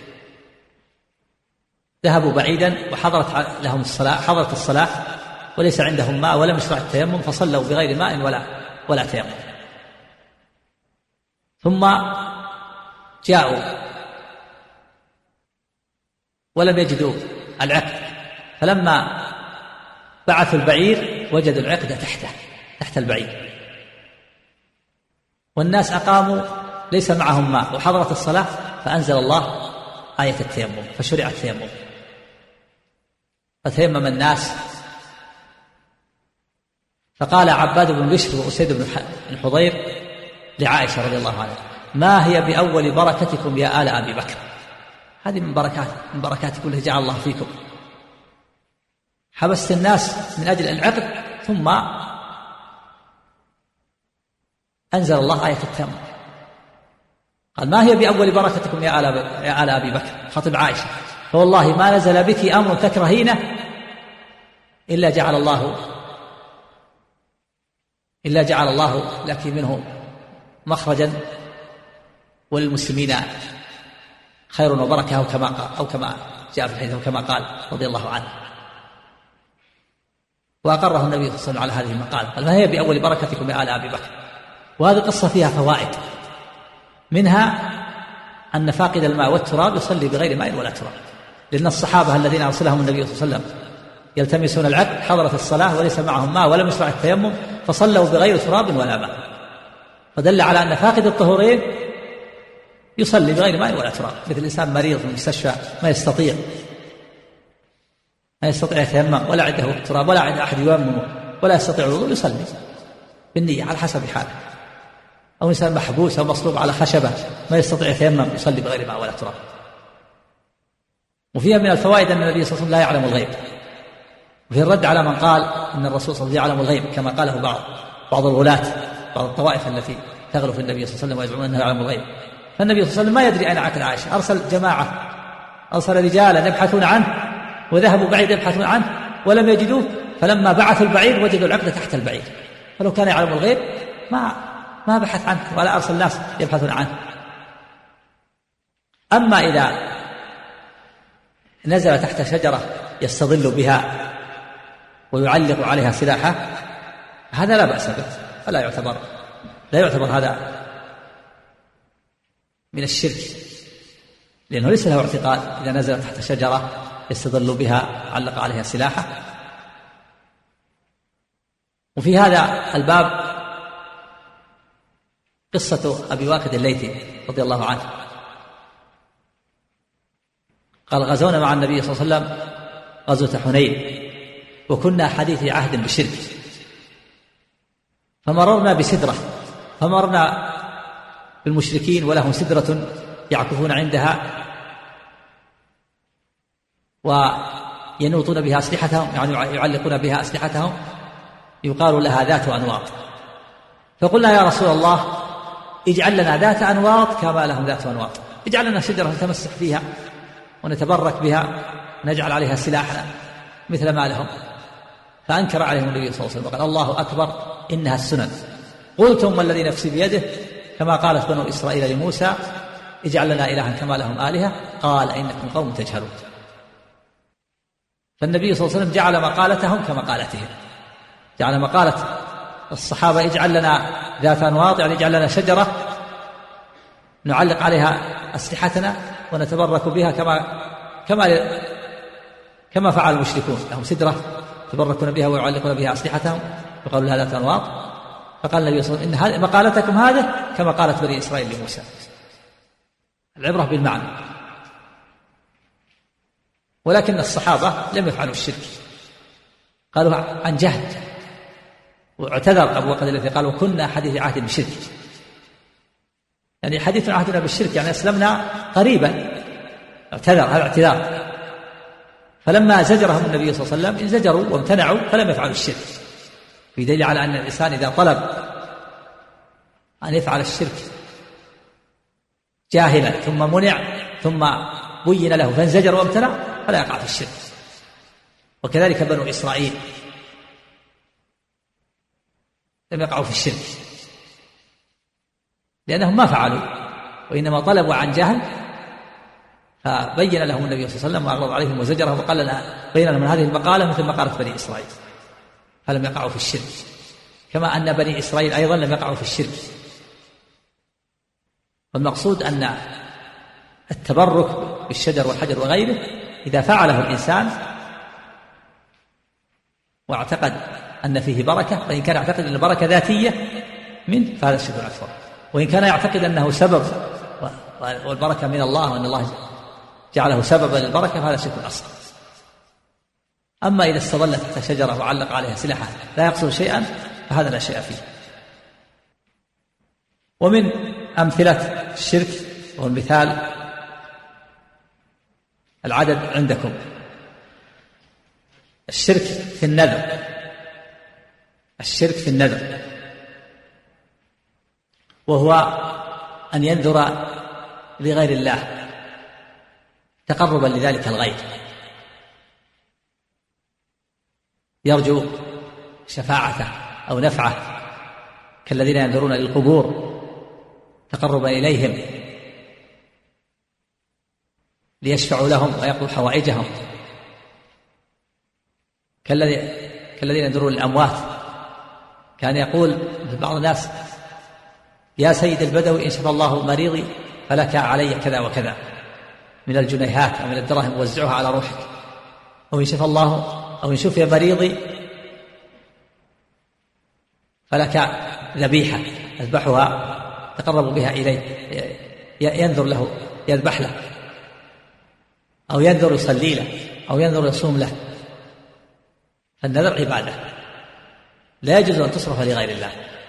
[SPEAKER 1] ذهبوا بعيدا وحضرت لهم الصلاة حضرت الصلاة وليس عندهم ماء ولم يشرع التيمم فصلوا بغير ماء ولا ولا تيمم. ثم جاءوا ولم يجدوا العقد، فلما بعثوا البعير وجدوا العقد تحته تحت البعير، والناس أقاموا ليس معهم ماء وحضرت الصلاة فأنزل الله آية التيمم فشرع التيمم، فتيمم الناس. فقال عباد بن بشر وأسيد بن حضير لعائشة رضي الله عنها: ما هي بأول بركتكم يا آل أبي بكر؟ هذه من بركات من بركاتكم التي جعل الله فيكم. حبست الناس من أجل العقد ثم أنزل الله آية التيمم. قال: ما هي بأول بركتكم يا آل يا آل أبي بكر؟ خطب عائشة: فوالله ما نزل بك أمر تكرهينه إلا جعل الله إلا جعل الله لك منه مخرجا وللمسلمين خير وبركة، أو كما قال أو كما جاء في الحديث وكما قال رضي الله عنه. وأقره النبي صلى الله عليه وسلم على هذه المقالة. قال: ما هي بأول بركتكم يا آل أبي بكر؟ وهذه القصة فيها فوائد، منها أن فاقد الماء والتراب يصلي بغير ماء ولا تراب، لأن الصحابة الذين أرسلهم النبي صلى الله عليه وسلم يلتمسون العقد حضرت الصلاة وليس معهم ماء ولم يشرع التيمم فصلوا بغير تراب ولا ماء، فدل على أن فاقد الطهورين يصلي بغير ماء ولا تراب، مثل الإنسان مريض في المستشفى ما يستطيع ما يستطيع يتيمم ولا عنده تراب ولا عنده أحد ييممه ولا يستطيع الوضوء يصلي بالنية على حسب حاله، أو إنسان محبوس أو مصلوب على خشبة ما يستطيع يتيمم يصلي بغير ماء ولا تراب. وفيها من الفوائد أن النبي صلى الله عليه وسلم لا يعلم الغيب، وفي الرد على من قال أن الرسول صلى الله عليه وسلم يعلم الغيب كما قاله بعض بعض الغلاة بعض الطوائف التي تغلو في النبي صلى الله عليه وسلم ويزعمون أنه يعلم الغيب. فالنبي صلى الله عليه وسلم ما يدري أين عقد عائشة، أرسل جماعة أرسل رجالا يبحثون عنه وذهبوا بعيد يبحثون عنه ولم يجدوه، فلما بعثوا البعير وجدوا العقد تحت البعير، فلو كان يعلم الغيب ما ما بحث عنه ولا أرسل الناس يبحثون عنه. أما إذا نزل تحت شجرة يستظل بها ويعلق عليها سلاحه هذا لا بأس به، فلا يعتبر لا يعتبر هذا من الشرك، لأنه ليس له اعتقاد. إذا نزل تحت شجرة يستظل بها علق عليها سلاحه. وفي هذا الباب قصة أبي واقد الليثي رضي الله عنه، قال: غزونا مع النبي صلى الله عليه وسلم غزوة حنين وكنا حديث عهد بشرك، فمررنا بسدرة فمرنا بالمشركين ولهم سدرة يعكفون عندها وينوطون بها أسلحتهم، يعني يعلقون بها أسلحتهم، يقال لها ذات أنواط. فقلنا: يا رسول الله اجعل لنا ذات أنواط كما لهم ذات أنواط، اجعل لنا شجرة نتمسح فيها ونتبرك بها نجعل عليها سلاحنا مثل ما لهم. فأنكر عليهم النبي صلى الله عليه وسلم وقال: الله أكبر إنها السنن. قلتم والذي نفسي بيده كما قالت بنو إسرائيل لموسى اجعل لنا إلها كما لهم آلهة قال إنكم قوم تجهلون. فالنبي صلى الله عليه وسلم جعل مقالتهم كمقالتهم، جعل مقالة الصحابة اجعل لنا ذات أنواط يعني اجعل لنا شجرة نعلق عليها أسلحتنا ونتبرك بها كما كما كما فعل المشركون، لهم سدرة يتبركون بها ويعلقون بها أسلحتهم يقالوا لها ذات أنواط. فقال النبي صلى الله عليه وسلم: إن مقالتكم هذه كما قالت بني إسرائيل لموسى. العبرة بالمعنى. ولكن الصحابة لم يفعلوا الشرك، قالوا عن جهل، واعتذر أبو وقد الذي قال: وكنا حديث عهد بالشرك، يعني حديث عهدنا بالشرك يعني أسلمنا قريبا، اعتذر، هذا اعتذار. فلما زجرهم النبي صلى الله عليه وسلم انزجروا وامتنعوا فلم يفعلوا الشرك، في دليل على أن الإنسان إذا طلب أن يفعل الشرك جاهلا ثم منع ثم بين له فانزجر وامتنع فلا يقع في الشرك. وكذلك بنو إسرائيل لم يقعوا في الشرك، لأنهم ما فعلوا وإنما طلبوا عن جهل، فبين لهم النبي صلى الله عليه وسلم وأغلظ عليهم وزجرهم وقال لنا بين لهم من هذه المقالة مثل مقالة بني إسرائيل، فلم يقعوا في الشرك، كما أن بني إسرائيل أيضا لم يقعوا في الشرك. والمقصود أن التبرك بالشجر والحجر وغيره إذا فعله الإنسان واعتقد أن فيه بركة، وإن كان يعتقد أن البركة ذاتية منه فهذا الشرك الأكبر، وإن كان يعتقد أنه سبب والبركة من الله وأن الله جعله سببا للبركة فهذا الشرك الأصغر. أما إذا استظلت شجرة وعلق عليها سلاحا لا يقصد شيئا فهذا لا شيء فيه. ومن أمثلة الشرك والمثال العدد عندكم، الشرك في النذر، الشرك في النذر وهو أن ينذر لغير الله تقربا لذلك الغير، يرجو شفاعته أو نفعه، كالذين ينذرون للقبور تقربا إليهم ليشفعوا لهم ويقضوا حوائجهم، كالذين ينذرون للأموات. كان يقول بعض الناس يا سيد البدوي إن شفى الله مريضي فلك علي كذا وكذا من الجنيهات أو من الدراهم وزعها على روحك، أو إن شفى الله أو إن شفي مريضي فلك ذبيحة أذبحها تقرب بها إليه، ينذر له يذبح له، أو ينذر يصلي له، أو ينذر يصوم له. فالنذر عبادة لا يجوز أن تصرف لغير الله.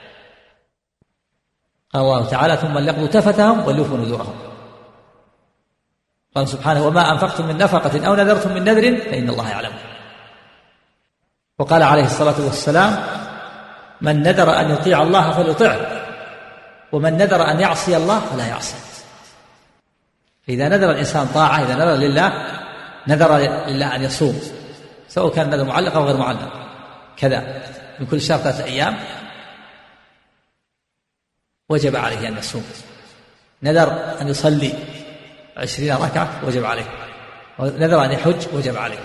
[SPEAKER 1] قال الله تعالى ثم ليقضوا تفتهم وليوفوا نذورهم. قال سبحانه وما أنفقتم من نفقة أو نذرتم من نذر فإن الله يعلمه. وقال عليه الصلاة والسلام من نذر أن يطيع الله فليطعه، ومن نذر أن يعصي الله فلا يعصي. فإذا نذر الإنسان طاعة، إذا نذر لله نذر لله أن يصوم، سواء كان نذر معلق أو غير معلق كذا من كل شهر ثلاثة أيام وجب عليه أن يصوم. نذر أن يصلي عشرين ركعة وجب عليه، ونذر أن يحج وجب عليه.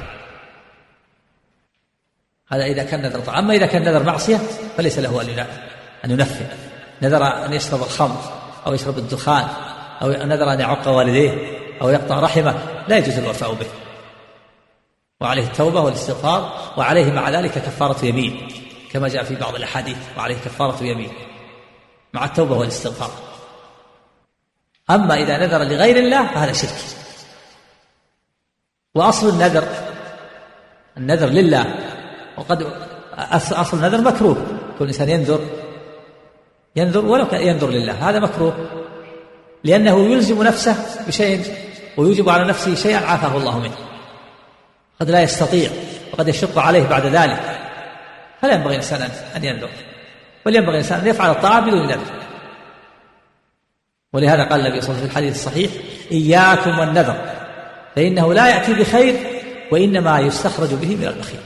[SPEAKER 1] هذا إذا كان نذر طاعة. أما إذا كان نذر معصية فليس له أن ينفذ. نذر أن يشرب الخمر أو يشرب الدخان أو نذر أن يعق والديه أو يقطع رحمه لا يجوز الوفاء به، وعليه التوبة والاستغفار، وعليه مع ذلك كفارة يمين كما جاء في بعض الأحاديث، وعليه كفارة يمين مع التوبة والاستغفار. أما إذا نذر لغير الله فهذا شرك. وأصل النذر النذر لله، وقد أصل النذر مكروه، كل إنسان ينذر ينذر ولو كان ينذر لله هذا مكروه، لأنه يلزم نفسه بشيء ويوجب على نفسه شيئا عافاه الله منه، قد لا يستطيع وقد يشق عليه بعد ذلك، فلا ينبغي الإنسان أن ينذر، بل ينبغي الإنسان أن يفعل الطاعة بدون نذر. ولهذا قال النبي صلى الله عليه وسلم في الحديث الصحيح إياكم والنذر فإنه لا يأتي بخير وإنما يستخرج به من البخيل.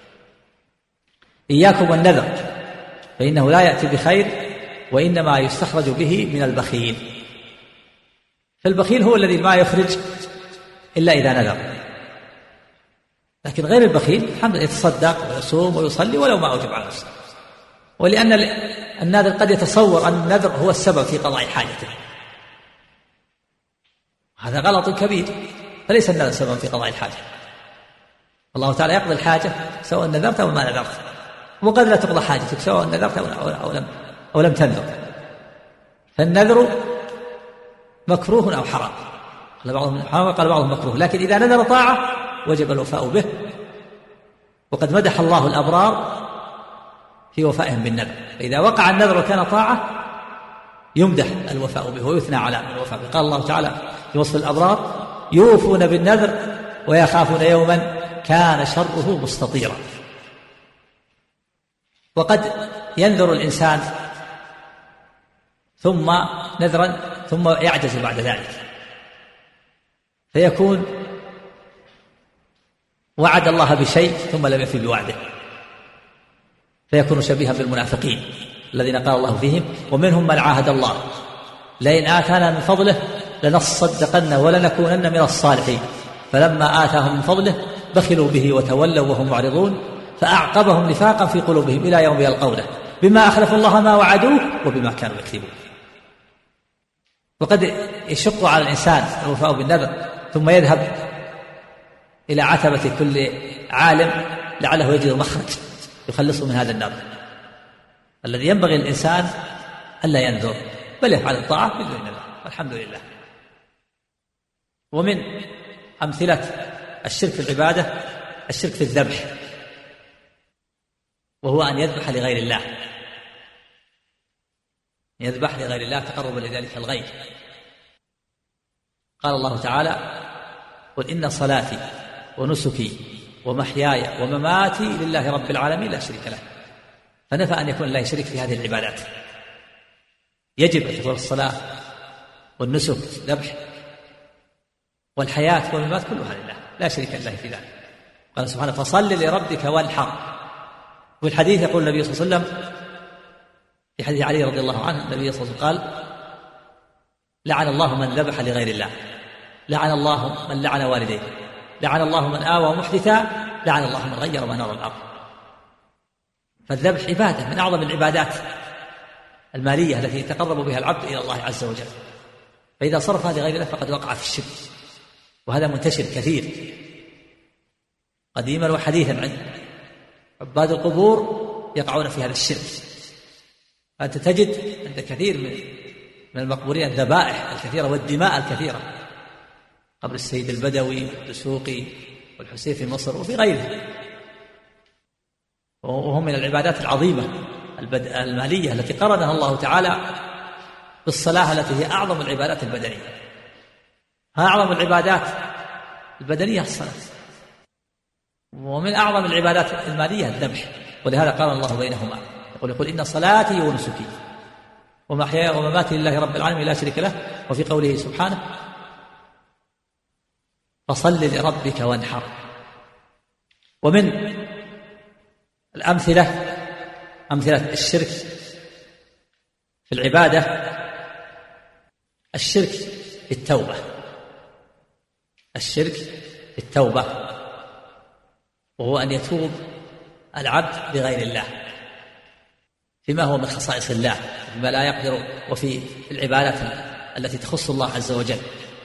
[SPEAKER 1] إياكم والنذر فإنه لا يأتي بخير وإنما يستخرج به من البخيل. فالبخيل هو الذي ما يخرج إلا إذا نذر، لكن غير البخيل الحمد لله يتصدق ويصوم ويصلي ولو ما أوجب على نفسه. ولأن الناذر قد يتصور أن النذر هو السبب في قضاء حاجته، هذا غلط كبير، فليس النذر سببا في قضاء الحاجة. الله تعالى يقضي الحاجة سواء نذرت أو ما نذرت، وقد لا تقضى حاجتك سواء نذرت أو لم أو لم تنذر. فالنذر مكروه أو حرام، قال بعضهم حرام قال بعضهم مكروه، لكن إذا نذر طاعة وجب الوفاء به. وقد مدح الله الأبرار في وفائهم بالنذر، فإذا وقع النذر وكان طاعة يمدح الوفاء به ويثنى على الوفاء به. قال الله تعالى في وصف الأبرار يوفون بالنذر ويخافون يوما كان شره مستطيرا. وقد ينذر الإنسان ثم نذرا ثم يعجز بعد ذلك، فيكون وعد الله بشيء ثم لم يفي بوعده، فيكون شبيها بالمنافقين الذين قال الله فيهم ومنهم من عاهد الله لئن آتانا من فضله لنصدقن ولنكونن من الصالحين فلما آتاهم من فضله بخلوا به وتولوا وهم معرضون فأعقبهم نفاقا في قلوبهم إلى يوم يلقونه بما أخلفوا الله ما وعدوه وبما كانوا يكذبون. وقد يشق على الإنسان الوفاء بالنذر ثم يذهب إلى عتبة كل عالم لعله يجد مخرج يخلصه من هذا النذر. الذي ينبغي للإنسان ألا ينذر بل يفعل الطاعة بدون نذر والحمد لله. ومن أمثلة الشرك في العبادة الشرك في الذبح، وهو أن يذبح لغير الله، يذبح لغير الله تقربا لذلك الغير. قال الله تعالى قل إن صلاتي ونسكي ومحياي ومماتي لله رب العالمين لا شريك له، فنفى أن يكون الله شريك في هذه العبادات. يجب أن تكون الصلاة والنسك ذبح والحياة والممات كلها لله لا شريك له في ذلك. قال سبحانه فصل لربك وانحر. وفي الحديث يقول النبي صلى الله عليه وسلم في حديث علي رضي الله عنه النبي صلى الله عليه وسلم قال لعن الله من ذبح لغير الله، لعن الله من لعن والديه، لعن الله من آوى محدثا، لعن الله من غير منار الأرض. فالذبح عبادة من أعظم العبادات المالية التي يتقرب بها العبد إلى الله عز وجل، فإذا صرفها لغير الله فقد وقع في الشرك، وهذا منتشر كثير قديما وحديثا عند عباد القبور يقعون في هذا الشرك. فأنت تجد عند كثير من المقبورين الذبائح الكثيرة والدماء الكثيرة، قبر السيد البدوي والدسوقي والحسين في مصر وفي غيره، وهم من العبادات العظيمة المالية التي قرنها الله تعالى بالصلاة التي هي أعظم العبادات البدنية. أعظم العبادات البدنية الصلاة، ومن أعظم العبادات المالية الذبح، ولهذا قال الله بينهما يقول يقول إن صلاتي ونسكي ومحياي ومماتي لله رب العالمين لا شريك له. وفي قوله سبحانه فصل لربك وانحر. ومن الأمثلة أمثلة الشرك في العبادة الشرك في التوبة، الشرك في التوبة وهو أن يتوب العبد لغير الله فيما هو من خصائص الله فيما لا يقدر، وفي العبادات التي تخص الله عز وجل.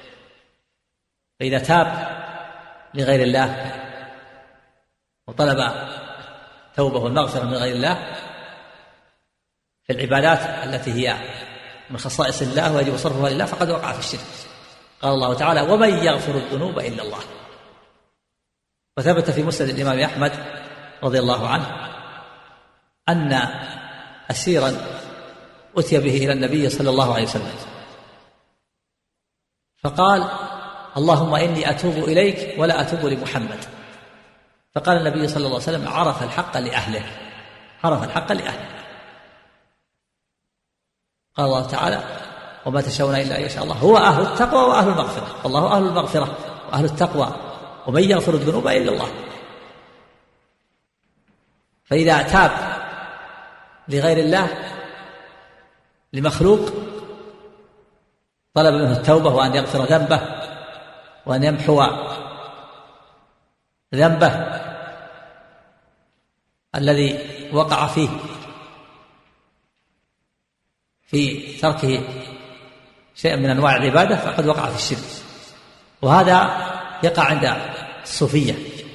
[SPEAKER 1] فإذا تاب لغير الله وطلب توبة والمغفرة من غير الله في العبادات التي هي من خصائص الله ويجب صرفها لله فقد وقع في الشرك. قال الله تعالى ومن يغفر الذنوب إلا الله. وثبت في مسند الإمام أحمد رضي الله عنه أن أسيرا أتي به إلى النبي صلى الله عليه وسلم فقال اللهم إني أتوب إليك ولا أتوب لمحمد. فقال النبي صلى الله عليه وسلم عرف الحق لأهله، عرف الحق لأهله. قال الله تعالى وما تشاءون إلا أن يشاء الله هو أهل التقوى وأهل المغفرة، الله أهل المغفرة وأهل التقوى ومن يغفر الذنوب إلا الله. فإذا تاب لغير الله لمخلوق طلب منه التوبة وأن يغفر ذنبه وأن يمحو ذنبه الذي وقع فيه في تركه شيء من أنواع العبادة فقد وقع في الشرك. وهذا يقع عند الصوفية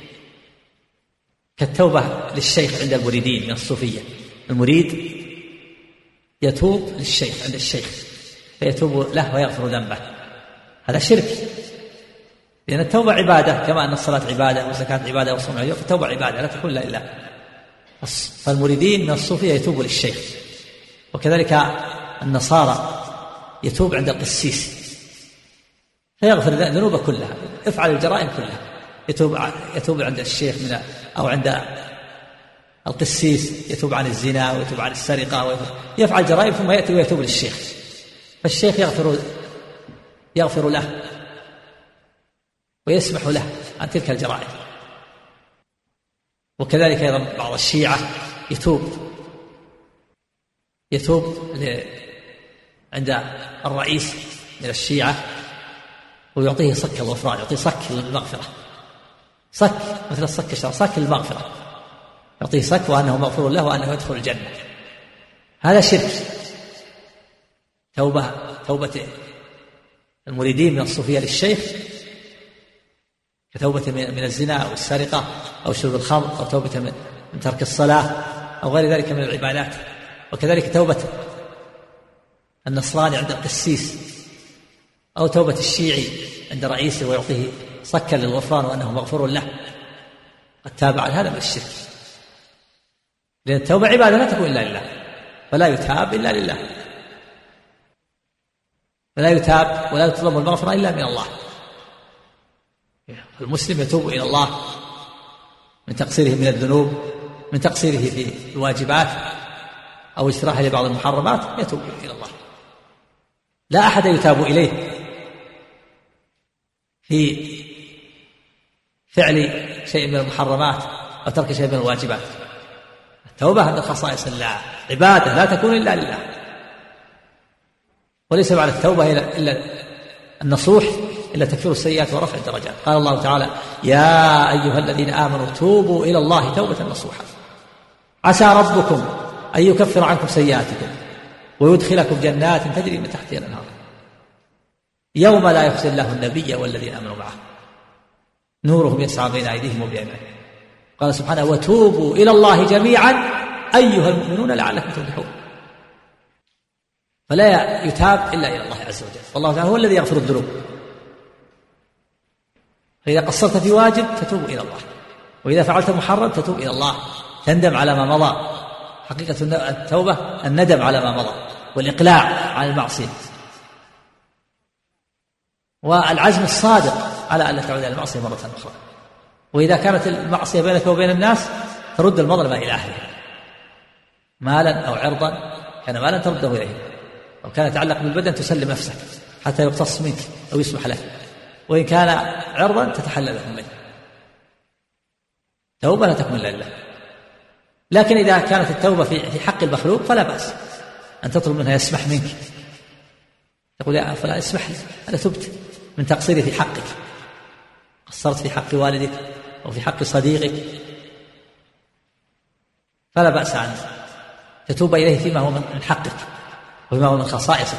[SPEAKER 1] كالتوبة للشيخ عند المريدين من الصوفية. المريد يتوب للشيخ عند الشيخ فيتوب له ويغفر ذنبه، هذا شرك، لأن التوبة عبادة كما أن الصلاة عبادة والزكاة عبادة والصوم عبادة، فالتوبة عبادة لا تكون إلا لله. فالمريدين من الصوفية يتوبوا للشيخ، وكذلك النصارى يتوب عند القسيس فيغفر ذنوبه كلها، افعل الجرائم كلها، يتوب يتوب عند الشيخ من أو عند القسيس، يتوب عن الزنا ويتوب عن السرقة ويفعل جرائم ثم يأتي ويتوب للشيخ، فالشيخ يغفر يغفر له ويسمح له عن تلك الجرائم. وكذلك أيضا بعض الشيعة يتوب يتوب عند الرئيس من الشيعة ويعطيه صك الغفران، يعطيه صك للمغفرة، صك مثل الصك الشرع، صك للمغفرة، يعطيه صك وأنه مغفور له وأنه يدخل الجنة. هذا شرك. توبة توبة المريدين من الصوفية للشيخ كتوبة من الزنا أو السرقة أو شرب الخمر أو توبة من ترك الصلاة أو غير ذلك من العبادات. وكذلك توبة النصراني عند القسيس أو توبة الشيعي عند رئيسه ويعطيه صكا للغفران وأنه مغفور له قد تاب عن هذا من الشرك، لأن التوبة عبادة لا تكون إلا لله، فلا يتاب إلا لله، فلا يتاب ولا يطلب المغفرة إلا من الله. المسلم يتوب إلى الله من تقصيره من الذنوب، من تقصيره في الواجبات أو اجتراحه لبعض المحرمات، يتوب إلى الله. لا أحد يتاب إليه في فعل شيء من المحرمات أو ترك شيء من الواجبات. التوبة من خصائص الله، عبادة لا تكون إلا لله، وليس بعد التوبة إلا النصوح إلا تكفير السيئات ورفع الدرجات. قال الله تعالى: يا أيها الذين آمنوا توبوا إلى الله توبة نصوحا عسى ربكم أن يكفر عنكم سيئاتكم ويدخلكم جنات تجري من تحتها الأنهار يوم لا يخزي الله النبي والذين آمنوا معه نورهم يسعى بين أيديهم وبأيمانهم. قال سبحانه: وتوبوا إلى الله جميعا أيها المؤمنون لعلكم تفلحون. فلا يتاب إلا إلى الله عز وجل، والله تعالى هو الذي يغفر الذنوب. فإذا قصرت في واجب تتوب إلى الله، وإذا فعلت محرم تتوب إلى الله، تندم على ما مضى. حقيقة التوبة الندم على ما مضى والإقلاع عن المعصية والعزم الصادق على أن لا تعود إلى المعصية مرة أخرى. وإذا كانت المعصية بينك وبين الناس ترد المظلمة إلى أهله، مالا أو عرضا كان مالا ترده إليه، أو كان يتعلق بالبدن تسلم نفسك حتى يقتص منك أو يسمح له، وإن كان عرضا تتحلل منه. توبة لا تكمل إلا لله. لكن إذا كانت التوبة في حق المخلوق فلا بأس أن تطلب منها يسمح منك، تقول: يا فلان اسمح لي، أنا تبت من تقصيري في حقك، قصرت في حق والدك أو في حق صديقك، فلا بأس أن تتوب إليه فيما هو من حقك وفيما هو من خصائصك.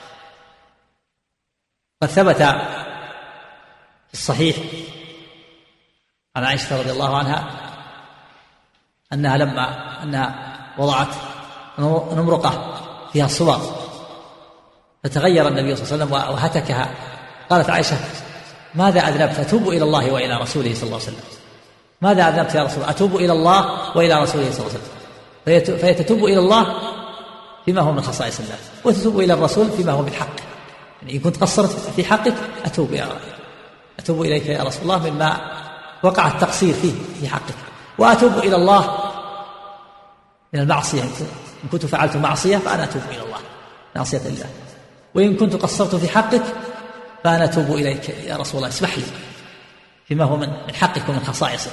[SPEAKER 1] قد ثبت في الصحيح عن عائشة رضي الله عنها أنها لما أنها وضعت نمرقة فيها صور فتغير النبي صلى الله عليه وسلم وهتكها، قالت عائشة: ماذا أذنبت؟ أتوب إلى الله وإلى رسوله صلى الله عليه وسلم. ماذا أذنبت يا رسول الله؟ أتوب إلى الله وإلى رسوله صلى الله عليه وسلم. فهي تتوب إلى الله فيما هو من خصائص الله، وتتوب إلى الرسول فيما هو من حقه. يعني إن كنت قصرت في حقك أتوب يا أتوب إليك يا رسول الله مما وقع التقصير فيه في حقك، وأتوب إلى الله من المعصية. إن كنت فعلت معصية فأنا أتوب إلى الله معصية الله، وإن كنت قصرت في حقك فأنا أتوب إليك يا رسول الله، اسمح لي فيما هو من حقك ومن خصائصك.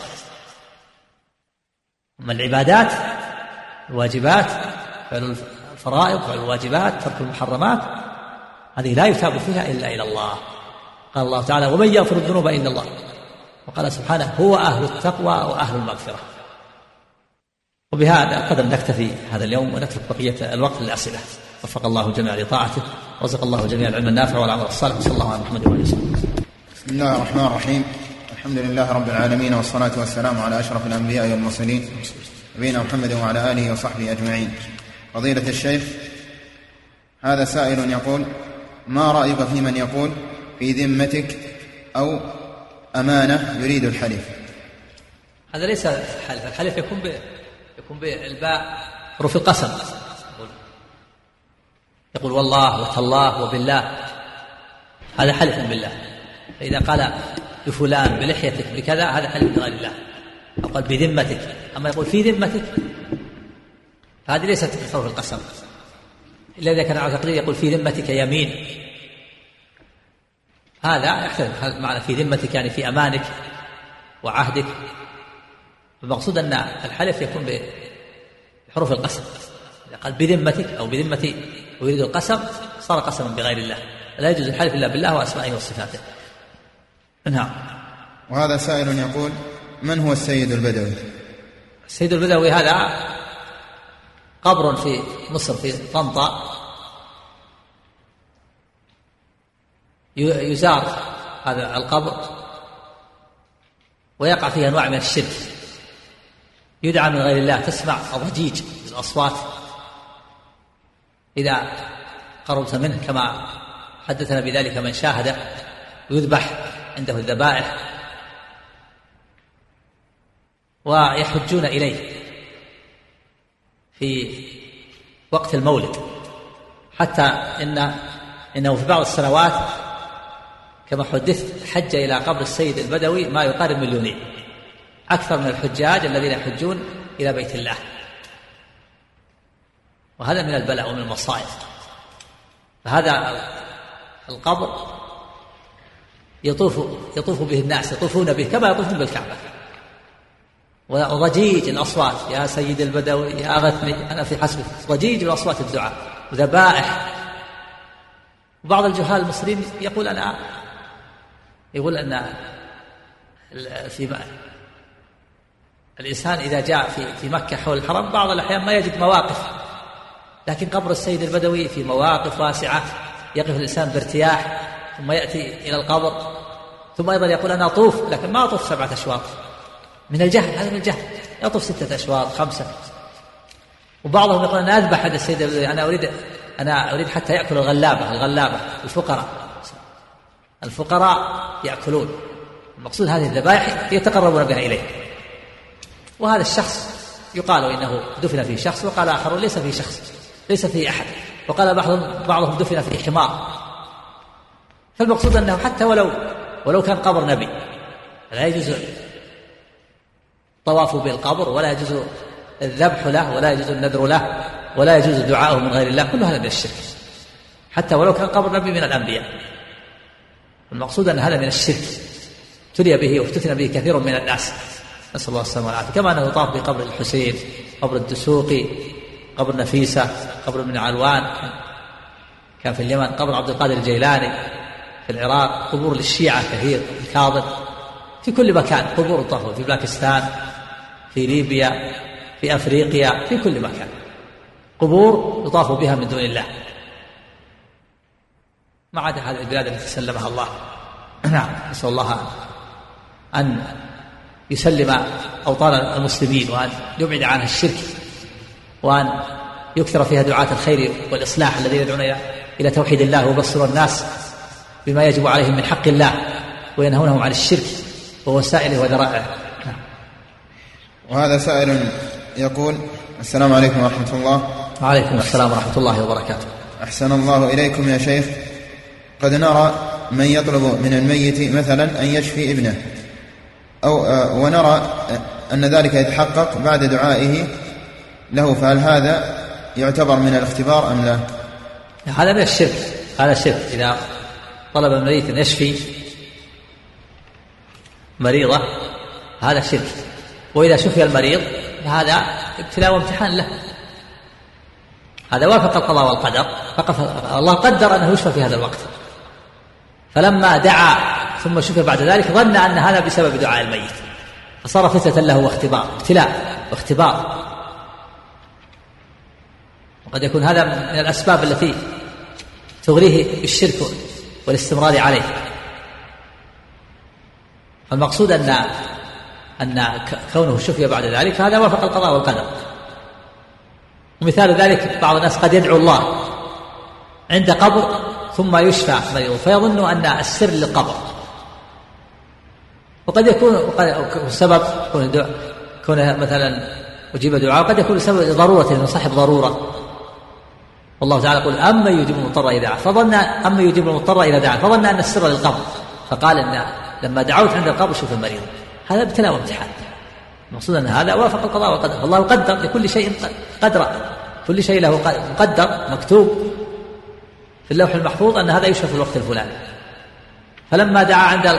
[SPEAKER 1] أما العبادات الواجبات، فعل الفرائض، فعل الواجبات، ترك المحرمات، هذه لا يتاب فيها إلا إلى الله. قال الله تعالى: ومن يغفر الذنوب إلا الله. وقال سبحانه: هو أهل التقوى وأهل المغفرة. وبهذا قدر نكتفي هذا اليوم ونترك بقية الوقت للأسئلة. وفق الله الجميع لطاعته، رزق الله جميع العلم النافع والعمل الصالح، صلى الله على محمد وعلى اله وسلم.
[SPEAKER 2] بسم الله الرحمن الرحيم. الحمد لله رب العالمين، والصلاة والسلام على أشرف الأنبياء والمرسلين نبينا محمد وعلى آله وصحبه أجمعين. فضيلة الشيخ، هذا سائل يقول: ما رأيك في من يقول في ذمتك أو أمانة يريد الحلف؟
[SPEAKER 1] هذا ليس حلف. الحلف يكون ب... يكون بالباء حروف القسم، يقول والله وتالله وبالله، هذا حلف بالله. فإذا قال لفلان بلحيتك بكذا هذا حلف بغير الله، أو قال بذمتك. أما يقول في ذمتك فهذه ليست حروف القسم، إلا إذا كان على تقدير يقول في ذمتك يمين، هذا يختلف معنى في ذمتك يعني في أمانك وعهدك. المقصود أن الحلف يكون بحروف القسم، إذا قال بذمتك أو بذمتي ويريد القسم صار قسما بغير الله، لا يجوز الحلف إلا بالله وأسمائه وصفاته. نعم.
[SPEAKER 2] وهذا سائل يقول: من هو السيد البدوي؟
[SPEAKER 1] السيد البدوي هذا قبر في مصر في طنطا، يزار هذا القبر ويقع فيه أنواع من الشرك، يدعى من غير الله، تسمع الضجيج الأصوات إذا قربت منه، كما حدثنا بذلك من شاهد، يذبح عنده الذبائح ويحجون إليه في وقت المولد، حتى إن إنه في بعض السنوات كما حدثت حج إلى قبر السيد البدوي ما يقارب مليونين، أكثر من الحجاج الذين يحجون إلى بيت الله. وهذا من البلاء ومن المصائب. فهذا القبر يطوف يطوف به الناس، يطوفون به كما يطوفون بالكعبة، وضجيج الأصوات: يا سيد البدوي، يا أغثني، أنا في حسبك، ضجيج الأصوات الدعاء وذبائح. وبعض الجهال المصريين يقول أنا يقول أن في الإنسان إذا جاء في في مكة حول الحرم بعض الأحيان ما يجد مواقف، لكن قبر السيد البدوي في مواقف واسعة يقف الإنسان بارتياح، ثم يأتي إلى القبر، ثم أيضا يقول أنا أطوف، لكن ما أطوف سبعة أشواط من الجهل، هذا من الجهل، يطوف ستة أشواط خمسة. وبعضهم يقول أنا أذبح هذا السيد البدوي، أنا أريد أنا أريد حتى يأكل الغلابة الغلابة الفقراء الفقراء يأكلون. المقصود هذه الذبائح يتقربون بها إليه. وهذا الشخص يقال إنه دفن فيه شخص، وقال آخرون ليس فيه شخص، ليس فيه أحد، وقال بعضهم بعضهم دفن فيه حمار. فالمقصود أنه حتى ولو ولو كان قبر نبي لا يجوز طواف بالقبر، ولا يجوز الذبح له، ولا يجوز النذر له، ولا يجوز دعاءه من غير الله، كل هذا من الشرك، حتى ولو كان قبر نبي من الأنبياء. المقصود أن هذا من الشرك تلي به وافتتن به كثير من الناس، نسأل الله السلامة والعافية. كما أنه طاف بقبر الحسين، قبر الدسوقي، قبر نفيسة، قبر ابن علوان كان في اليمن، قبر عبد القادر الجيلاني في العراق، قبور للشيعة كثير، الكاظم، في كل مكان قبور طافوا، في باكستان، في ليبيا، في أفريقيا، في كل مكان قبور يطاف بها من دون الله، ما عدا هذه البلاد التي سلمها الله. نعم، نسأل الله أن يسلم أوطان المسلمين، وأن يبعد عنها الشرك، وأن يكثر فيها دعاة الخير والإصلاح الذين يدعون إلى توحيد الله ويبصرون الناس بما يجب عليهم من حق الله، وينهونهم عن الشرك ووسائله وذرائعه.
[SPEAKER 2] وهذا سائل يقول: السلام عليكم ورحمة الله.
[SPEAKER 1] وعليكم السلام ورحمة الله وبركاته.
[SPEAKER 2] أحسن الله إليكم يا شيخ، قد نرى من يطلب من الميت مثلا أن يشفي ابنه، أو ونرى أن ذلك يتحقق بعد دعائه له، فهل هذا يعتبر من الاختبار أم لا؟
[SPEAKER 1] هذا من الشرك، هذا الشرك. إذا طلب الميت أن يشفي مريضة هذا شرك، وإذا شفي المريض هذا ابتلاء وامتحان له، هذا وافق القضاء والقدر، الله قدر أنه يشفى في هذا الوقت، فلما دعا ثم شفي بعد ذلك ظن أن هذا بسبب دعاء الميت، فصار فتنة له واختبار، ابتلاء واختبار. وقد يكون هذا من الأسباب التي تغريه بالشرك والاستمرار عليه. فالمقصود أن أن كونه شفي بعد ذلك هذا وافق القضاء والقدر. ومثال ذلك بعض الناس قد يدعو الله عند قبر ثم يشفى مريض فيظن أن السر للقبر، وقد يكون سبب كون مثلا أجيب دعاء، قد يكون سبب ضرورة من صاحب ضرورة، والله تعالى يقول أما يجيب المضطر إذا دعا، فظن أما يجيب المضطر إذا دعا فظن أن السر للقبر، فقال إن لما دعوت عند القبر شوف المريض، هذا ابتلاء وامتحان. المقصود أن هذا وافق القضاء والقدر، الله قدر لكل شيء قدرا، كل شيء له مقدر مكتوب في اللوح المحفوظ أن هذا يشفى في الوقت الفلاني. فلما دعا عند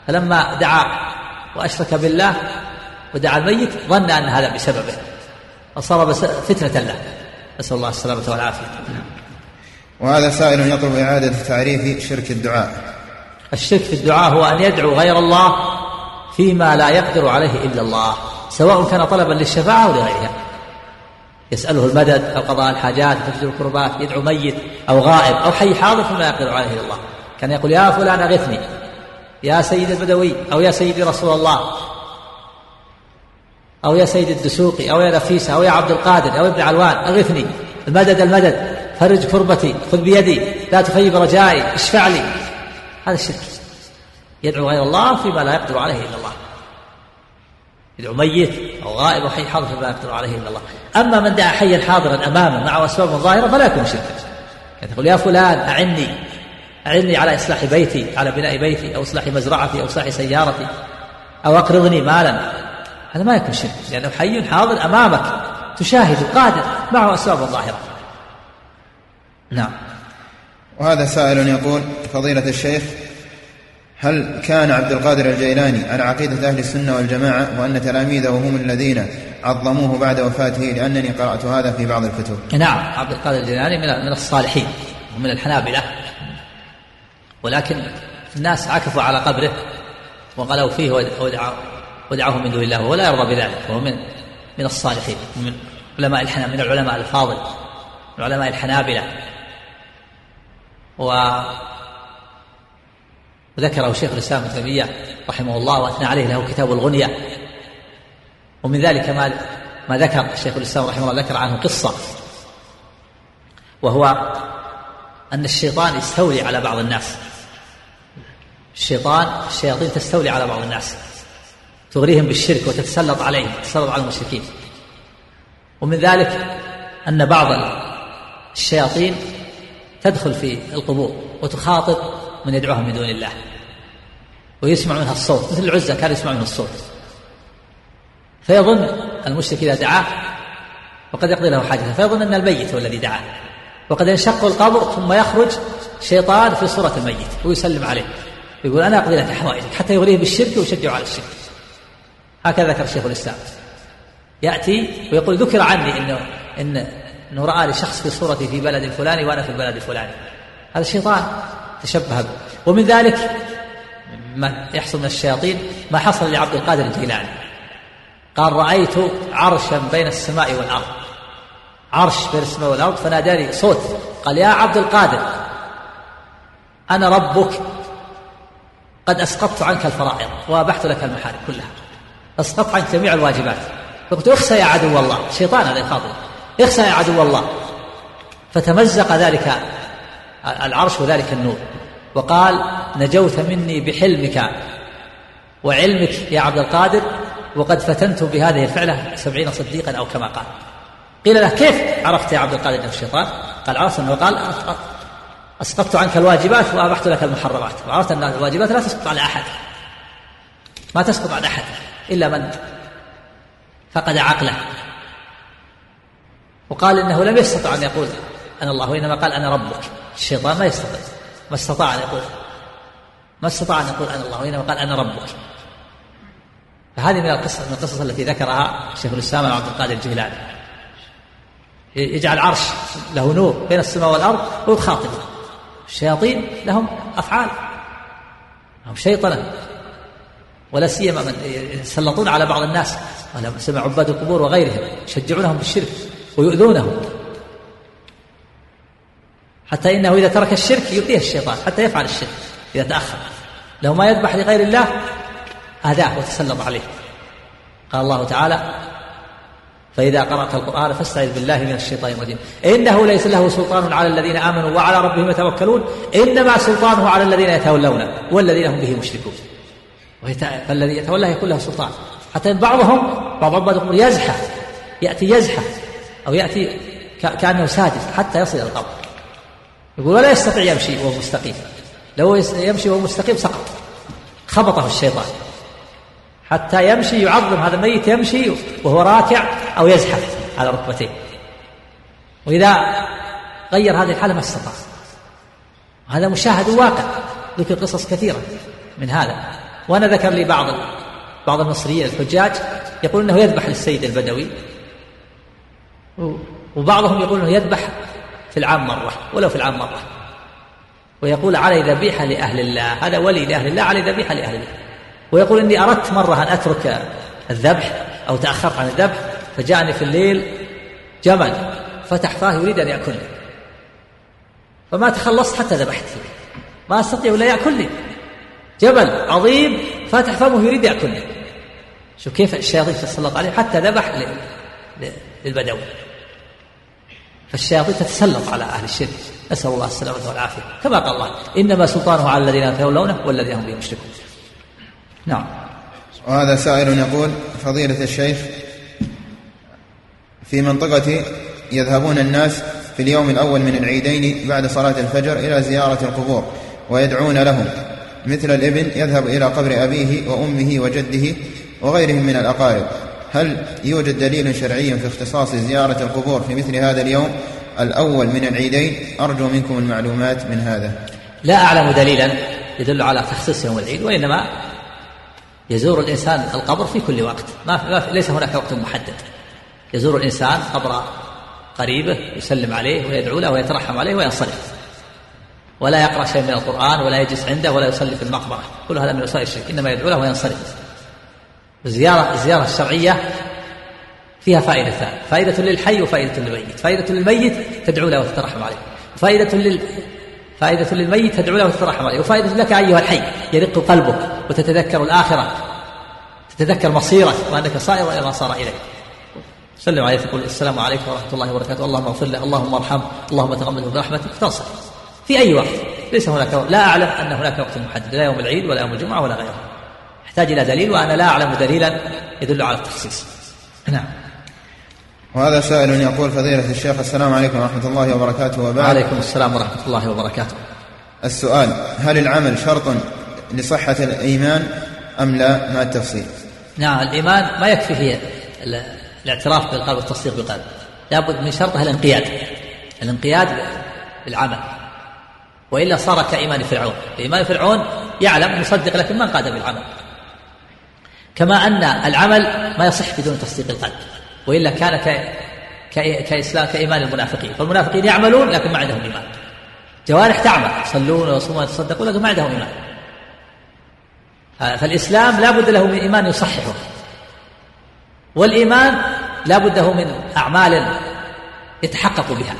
[SPEAKER 1] فلما دعا وأشرك بالله ودعا الميت ظن أن هذا بسببه، صار فتنة له، نسأل الله السلامة والعافية.
[SPEAKER 2] وهذا سائل يطلب إعادة تعريف شرك الدعاء.
[SPEAKER 1] الشرك في الدعاء هو أن يدعو غير الله فيما لا يقدر عليه إلا الله، سواء كان طلبا للشفاعة أو لغيرها، يسأله المدد أو قضاء الحاجات تفجر الكربات، يدعو ميت أو غائب أو حي حاضر فيما لا يقدر عليه إلا الله. كان يقول يا فلان أغثني، يا سيد البدوي، أو يا سيدي رسول الله، أو يا سيد الدسوقي، أو يا نفيسة، أو يا عبد القادر، أو ابن علوان، أغثني، المدد المدد، فرج كربتي، خذ بيدي، لا تخيب رجائي، اشفع لي. هذا الشرك، يدعو غير الله فيما لا يقدر عليه إلا الله، يدعو ميت أو غائب أو حي حاضر فيما لا يقدر عليه إلا الله. أما من دعا حيا حاضرا أمامه مع أسباب ظاهرة فلا يكون شركا. يقول يا فلان أعني أعني على إصلاح بيتي، على بناء بيتي، أو إصلاح مزرعتي، أو إصلاح سيارتي، أو أقرضني مالا، هذا ما يكون شرك، لأنه حي حاضر أمامك تشاهد قادر معه أسباب ظاهرة. نعم.
[SPEAKER 2] وهذا سائل يقول فضيلة الشيخ، هل كان عبد القادر الجيلاني على عقيدة أهل السنة والجماعة، وأن تلاميذه هم الذين عظموه بعد وفاته؟ لأنني قرأت هذا في بعض الكتب.
[SPEAKER 1] نعم، عبد القادر الجيلاني من الصالحين ومن الحنابلة، ولكن الناس عكفوا على قبره وغلوا فيه ودعوه من دون الله، ولا يرضى بذلك، وهو من من الصالحين، من علماء الحنابلة، من العلماء الفاضل، من علماء الحنابلة. و وذكره شيخ الإسلام ابن تيمية رحمه الله وأثنى عليه، له كتاب الغنية. ومن ذلك ما ما ذكر شيخ الإسلام رحمه الله، ذكر عنه قصة، وهو أن الشيطان يستولي على بعض الناس. الشيطان الشياطين تستولي على بعض الناس، تغريهم بالشرك وتتسلط عليهم، تتسلط على المشركين. ومن ذلك أن بعض الشياطين تدخل في القبور وتخاطب من يدعوهم من دون الله، ويسمع منها الصوت، مثل العزة كان يسمع منه الصوت، فيظن المشرك إذا دعاه وقد يقضي له حاجته، فيظن أن الميت هو الذي دعاه، وقد ينشق القبر ثم يخرج شيطان في صورة الميت ويسلم عليه يقول أنا أقضي لك حوائجك، حتى يغريه بالشرك ويشجع على الشرك. هكذا ذكر شيخ الإسلام، يأتي ويقول ذكر عني إنه إن إنه رأى لشخص في صورتي في بلد الفلاني وأنا في البلد الفلاني. هذا الشيطان تشبه به. ومن ذلك ما يحصل من الشياطين ما حصل لعبد القادر الجيلاني، قال رأيت عرشا بين السماء والأرض، عرش بين السماء والأرض، فناداني صوت قال يا عبد القادر أنا ربك، قد أسقطت عنك الفرائض وأبحت لك المحارم كلها، أسقطت عنك جميع الواجبات. فقلت اخسى يا عدو الله، شيطان هذا يخاطب، اخسى يا عدو الله. فتمزق ذلك العرش وذلك النور، وقال نجوت مني بحلمك وعلمك يا عبد القادر، وقد فتنت بهذه الفعلة سبعين صديقا أو كما قال. قيل له كيف عرفت يا عبد القادر أنه الشيطان؟ قال عرفت أنه قال أسقطت عنك الواجبات وأبحت لك المحرمات، وعرفت أن الواجبات لا تسقط على أحد، ما تسقط على أحد إلا من فقد عقله. وقال إنه لم يستطع أن يقول أنا الله، وإنما قال أنا ربك. الشيطان ما يستطيع، ما استطاع أن يقول ما استطاع أن يقول أنا الله، وإنما قال أنا ربك. فهذه من القصص من القصص التي ذكرها شيخ الإسلام عبد القادر الجيلاني، يجعل عرش له نور بين السماء والأرض ويخاطب. الشياطين لهم أفعال، لهم شيطنة، ولا سيما من يسلطون على بعض الناس، ولا سمع عباد القبور وغيرهم، يشجعونهم بالشرك ويؤذونهم، حتى إنه إذا ترك الشرك يؤذيه الشيطان حتى يفعل الشرك إذا تأخر. لو ما يذبح لغير الله آذاه وتسلط عليه. قال الله تعالى فإذا قرأت القرآن فاستعذ بالله من الشيطان الرجيم إنه ليس له سلطان على الذين آمنوا وعلى ربهم يتوكلون إنما سلطانه على الذين يتولونه والذين هم به مشركون. فالذي يتولاه يكون له سلطان، حتى بعضهم بعض عباد القبور يزحف، يأتي يزحف أو يأتي كأنه ساجد حتى يصل إلى القبر، يقول ولا يستطيع يمشي وهو مستقيم، لو يمشي وهو مستقيم سقط، خبطه الشيطان حتى يمشي، يعظم هذا الميت يمشي وهو راكع أو يزحف على ركبتيه، وإذا غير هذه الحالة ما استطاع. هذا مشاهد واقع، ذكر قصص كثيرة من هذا. وأنا ذكر لي بعض بعض المصريين الحجاج يقول إنه يذبح للسيد البدوي وبعضهم يقول أنه يذبح في العام مرة ولو في العام مرة، ويقول علي ذبيحة لأهل الله، هذا ولي لأهل الله علي ذبيحة لأهل الله. ويقول إني أردت مرة أن أترك الذبح أو تأخرت عن الذبح فجاءني في الليل جمل فتح فاه يريد أن يأكلني فما تخلصت حتى ذبحت فيه، ما أستطيع ولا يأكلني، جبل عظيم فاتح فمه يريد يأكلني. شوف كيف الشياطين تتسلط عليه حتى ذبح للبدوي. فالشياطين تتسلط على أهل الشرك، نسأل الله السلامة والعافية، كما قال الله إنما سلطانه على الذين يتولونه والذين هم به مشركون. نعم.
[SPEAKER 2] وهذا سائل يقول فضيلة الشيخ، في منطقة يذهبون الناس في اليوم الأول من العيدين بعد صلاة الفجر إلى زيارة القبور ويدعون لهم، مثل الابن يذهب إلى قبر أبيه وأمه وجده وغيرهم من الأقارب، هل يوجد دليل شرعي في اختصاص زيارة القبور في مثل هذا اليوم الأول من العيدين؟ أرجو منكم المعلومات من هذا.
[SPEAKER 1] لا أعلم دليلا يدل على تخصيص يوم العيد، وإنما يزور الإنسان القبر في كل وقت، ما ليس هناك وقت محدد. يزور الإنسان قبر قريبه يسلم عليه ويدعو له ويترحم عليه وينصرف، ولا يقرأ شيء من القرآن ولا يجلس عنده ولا يصلي في المقبرة، كل هذا من وسائل الشرك، إنما يدعو له وينصرف. الزيارة الزيارة الشرعية فيها فائدتان، فائدة للحي وفائدة للميت. فائدة للميت تدعو له وتترحم عليه، فائدة لل فائدة للميت تدعو له وتترحم عليه، وفائدة لك أيها الحي يرق قلبك وتتذكر الآخرة، تتذكر مصيرك وأنك صائر إلى ما صار إليه. سلم عليه تقول السلام عليكم ورحمة الله وبركاته، اللهم اغفر له، اللهم ارحمه، اللهم تغمده برحمتك، تنصر في أي وقت. ليس هناك وقت. لا أعلم أن هناك وقت محدد، لا يوم العيد ولا يوم الجمعة ولا غيره، يحتاج إلى دليل، وأنا لا أعلم دليلا يدل على التخصيص. نعم.
[SPEAKER 2] وهذا سائل يقول فضيلة الشيخ السلام عليكم ورحمة الله وبركاته وبعد.
[SPEAKER 1] وعليكم السلام ورحمة الله وبركاته.
[SPEAKER 2] السؤال: هل العمل شرط لصحة الإيمان أم لا؟ مع التفصيل.
[SPEAKER 1] نعم، الإيمان ما يكفي فيه الاعتراف بالقلب والتصديق بالقلب، لابد من شرطها الانقياد الانقياد بالعمل، وإلا صار كإيمان فرعون. إيمان فرعون يعلم يصدق لكن ما انقاد بالعمل. كما أن العمل ما يصح بدون تصديق القلب، وإلا كان ك... ك... كإسلام كإيمان المنافقين. فالمنافقين يعملون لكن ما عندهم إيمان، جوارح تعمل يصلون ويصومون ويتصدقون لكن ما عندهم إيمان. فالإسلام لا بد له من إيمان يصححه، والإيمان لا بد له من أعمال يتحقق بها.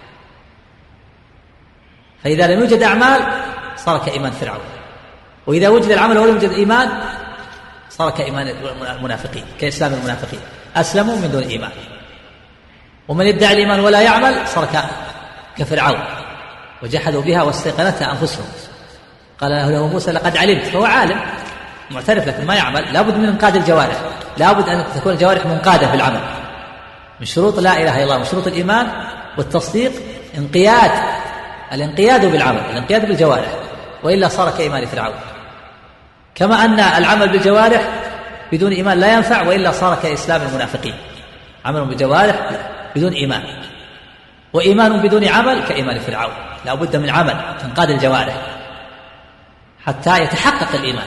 [SPEAKER 1] فإذا لم يوجد أعمال صار كإيمان فرعون، وإذا وجد العمل ولم يوجد إيمان صار كإيمان المنافقين، كإسلام المنافقين، أسلموا من دون إيمان. ومن يدعي الإيمان ولا يعمل صار كفرعون، وجحدوا بها واستيقنتها أنفسهم. قال له موسى لقد علمت، فهو عالم معترف لكن ما يعمل. لابد من انقاد الجوارح، لابد أن تكون الجوارح منقادة بالعمل. من شروط لا إله إلا الله، من شروط الإيمان والتصديق انقياد الانقياد بالعمل، الانقياد بالجوارح، وإلا صار كإيمان فرعون. كما أن العمل بالجوارح بدون إيمان لا ينفع، وإلا صار كإسلام المنافقين، عمل بالجوارح بدون إيمان، وإيمان بدون عمل كإيمان فرعون. لا بد من عمل تنقاد الجوارح حتى يتحقق الإيمان.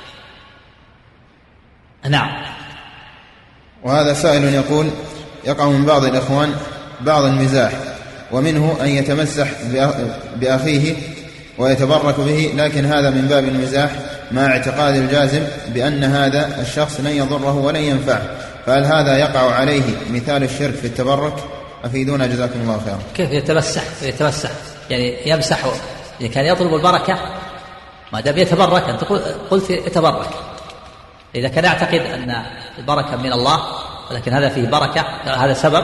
[SPEAKER 1] نعم.
[SPEAKER 2] وهذا سائل يقول يقع من بعض الإخوان بعض المزاح، ومنه أن يتمسح بأخيه ويتبرك به، لكن هذا من باب المزاح مع اعتقاد الجازم بأن هذا الشخص لن يضره ولن ينفعه، فهل هذا يقع عليه مثال الشرك في التبرك؟ أفيدونا جزاكم الله خيرا.
[SPEAKER 1] كيف يتمسح؟ يتمسح يعني يمسح، يعني كان يطلب البركة، ما دام يتبرك أنت قلت يتبرك. إذا كان يعتقد أن البركة من الله ولكن هذا فيه بركة، هذا سبب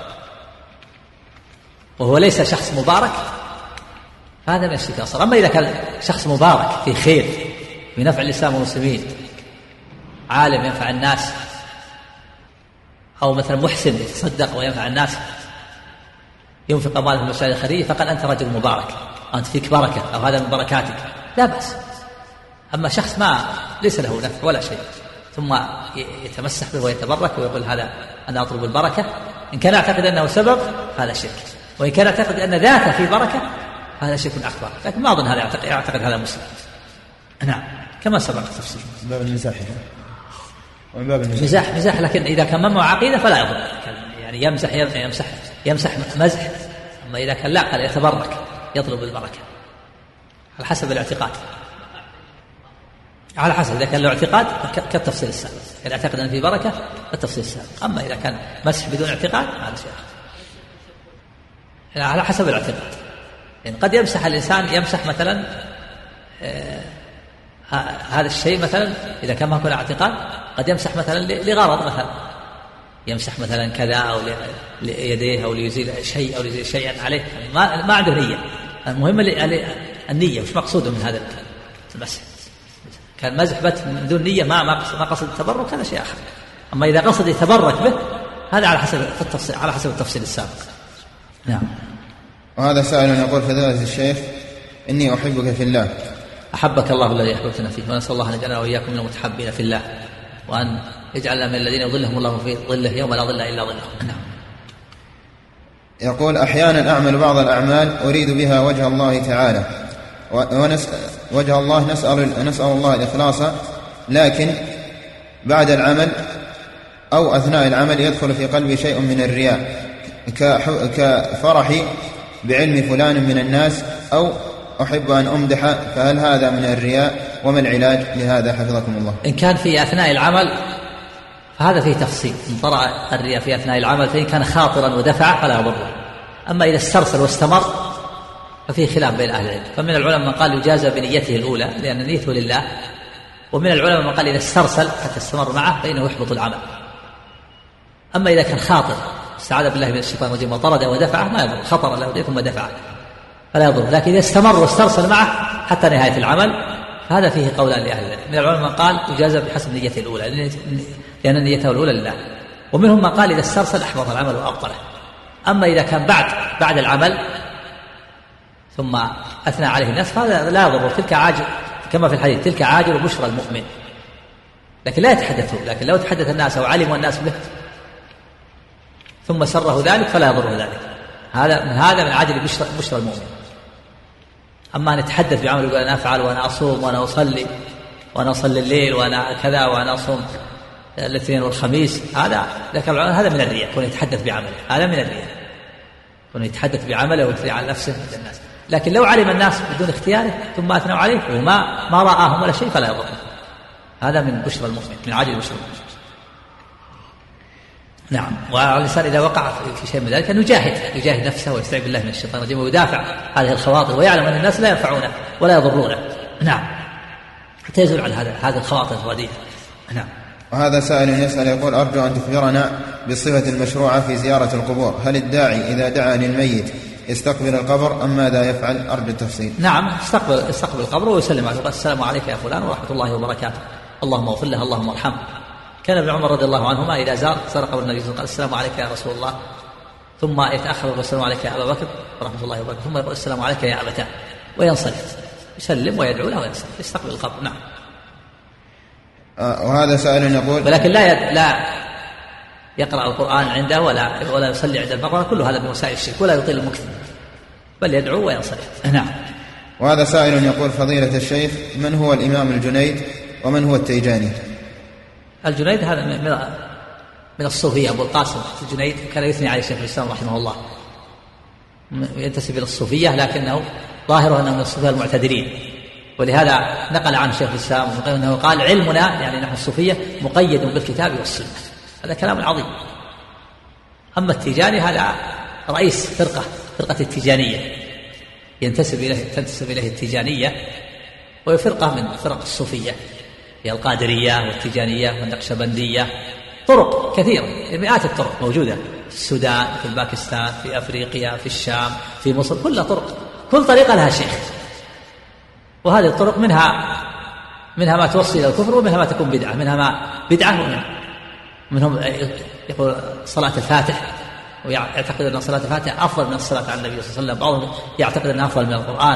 [SPEAKER 1] وهو ليس شخص مبارك، فهذا من الشرك الأصغر. أما إذا كان شخص مبارك في خير في نفع الإسلام والمسلمين، عالم ينفع الناس، أو مثلا محسن يتصدق وينفع الناس، ينفق أمواله في المساجد الخيرية، فقال أنت رجل مبارك، أنت فيك بركة، أو هذا من بركاتك، لا بأس. أما شخص ما ليس له نفع ولا شيء ثم يتمسح به ويتبرك ويقول هذا أنا أطلب البركة، إن كان يعتقد أنه سبب هذا شرك، وإن كان يعتقد أن ذاته في بركة هذا شرك أكبر، لكن ما أظن هذا يعتقد, يعتقد هذا مسلم. نعم، كما سبق التفصيل.
[SPEAKER 2] باب المزاح، ومن باب
[SPEAKER 1] المزاح مزاح، لكن إذا كان معه عقيدة فلا يضر، يعني يمسح يمسح يمسح مسح. أما إذا كان لا قال يتبرك يطلب البركة على حسب الاعتقاد، على حسب إذا كان له اعتقاد كالتفصيل السابق، إذا اعتقد أن في بركة التفصيل السابق. أما إذا كان مسح بدون اعتقاد هذا شيء يعني على حسب الاعتقاد. يعني قد يمسح الإنسان يمسح مثلا آه هذا الشيء مثلا إذا كان ما يكون اعتقاد قد يمسح مثلا لغرض، مثلا يمسح مثلا كذا أو ليديه أو ليزيل شيء أو ليزيل شيئا عليه، ما ما عنده نية. المهم النية وش مقصوده من هذا المسح. كان مزح بت من دون نية ما ما قصد التبرك هذا شيء آخر. أما إذا قصد يتبرك به هذا على حسب التفصيل على حسب التفصيل السابق. نعم.
[SPEAKER 2] وهذا سائل يقول: فضيلة الشيخ إني أحبك في الله.
[SPEAKER 1] أحبك الله الذي أحببتنا فيه، ونسأل الله أن يجعلنا وإياكم من المتحبين في الله، وأن يجعلنا من الذين يظلهم الله في ظله يوم لا ظل إلا ظله. نعم.
[SPEAKER 2] يقول: أحيانا أعمل بعض الأعمال أريد بها وجه الله تعالى ونسأل وجه الله نسأل, نسأل الله الإخلاص، لكن بعد العمل أو أثناء العمل يدخل في قلبي شيء من الرياء كفرحي بعلم فلان من الناس، أو أحب أن أمدح، فهل هذا من الرياء؟ وما العلاج لهذا حفظكم الله؟
[SPEAKER 1] إن كان في أثناء العمل فهذا فيه تفصيل، إن طرأ الرياء في أثناء العمل فإن كان خاطرا ودفع فلا يضره. أما إذا استرسل واستمر ففيه خلاف بين أهل العلم، فمن العلماء من قال يجازى بنيته الأولى لأن نيته لله، ومن العلماء من قال إذا استرسل حتى استمر معه فإنه يحبط العمل. أما إذا كان خاطر استعاذ بالله من الشيطان الرجيم وطرد ودفعه ما يضر، خطر له ثم دفعه فلا يضر. لكن إذا استمر واسترسل معه حتى نهاية العمل هذا فيه قولان لأهل العلم. من العلماء من قال يجازى بحسب نيته الأولى لأن نيته الأولى لله، ومنهم من قال إذا استرسل أحبط العمل وأبطله. أما إذا كان بعد بعد العمل ثم أثنى عليه الناس فهذا لا يضر، تلك عاجل كما في الحديث تلك عاجل وبشرى المؤمن، لكن لا يتحدثوا. لكن لو تحدث الناس أو علموا الناس به ثم سره ذلك فلا يضره ذلك، هذا من هذا من عاجل بشرى, بشرى المؤمن. أما أن يتحدث بعمل يقول أنا أفعل وأنا أصوم وأنا أصلي وأنا أصلي الليل وأنا كذا وأنا أصوم الاثنين والخميس، هذا هذا من الرياء، كون يتحدث بعمله هذا من الرياء، كون يتحدث بعمله ويثني على نفسه مثل الناس. لكن لو علم الناس بدون اختياره ثم أثنوا عليه وما ما رآهم ولا شيء فلا يضر، هذا من بشرى المؤمن، من عاجل بشرى المؤمن. نعم. والإنسان إذا وقع في شيء من ذلك أن يجاهد يجاهد نفسه ويستعيذ بالله من الشيطان الرجيم ويدافع هذه الخواطر، ويعلم أن الناس لا ينفعونه ولا يضرونه. نعم. حتى يزول عن هذا هذه الخواطر الرديئة. نعم.
[SPEAKER 2] وهذا سائل يسأل يقول: أرجو أن تخبرنا بالصفة المشروعة في زيارة القبور، هل الداعي إذا دعا للميت يستقبل القبر أم ماذا يفعل؟ أرجو التفصيل.
[SPEAKER 1] نعم، يستقبل يستقبل القبر ويسلم عليه، السلام عليك يا فلان ورحمة الله وبركاته، اللهم اغفر له اللهم ارحمه. كان ابن عمر رضي الله عنهما إذا زار زار قبر النبي صلى الله عليه وسلم قال السلام عليك يا رسول الله، ثم يتأخر ويقول السلام عليك يا أبا بكر ورحمة الله وبركاته، ثم يقول السلام عليك يا أبتاه، وينصرف يسلم ويدعو له وينصرف يستقبل القبر. نعم.
[SPEAKER 2] آه وهذا سائل يقول:
[SPEAKER 1] ولكن لا يد... لا يقرأ القرآن عنده ولا ولا يصلي عند المقبرة، كل هذا من وسائل الشرك، ولا يطيل المكث بل يدعو وينصرف. نعم.
[SPEAKER 2] وهذا سائل يقول: فضيلة الشيخ من هو الإمام الجنيد ومن هو التيجاني؟
[SPEAKER 1] الجنيد هذا من من الصوفية، أبو القاسم الجنيد كان يثني عليه الشيخ الإسلام رحمه الله، ينتسب إلى الصوفية لكنه ظاهره أنه من الصوفية المعتدلين، ولهذا نقل عنه شيخ الإسلام أنه قال علمنا يعني نحن الصوفية مقيد بالكتاب والسنة، هذا كلام عظيم. أما التيجاني هذا رئيس فرقة فرقة التيجانية، ينتسب إليه تنتسب إليه التيجانية، وهي فرقة من فرق الصوفية، هي القادرية والتيجانية والنقشبندية، طرق كثيرة، مئات الطرق موجودة في السودان، في باكستان، في أفريقيا، في الشام، في مصر، كلها طرق، كل طريقة لها شيخ. وهذه الطرق منها منها ما توصل إلى الكفر، ومنها ما تكون بدعة، منها ما بدعة، ومنهم يقول صلاة الفاتح ويعتقد أن صلاة الفاتح أفضل من الصلاة على النبي صلى الله عليه وسلم، بعضهم يعتقد أنها أفضل من القرآن.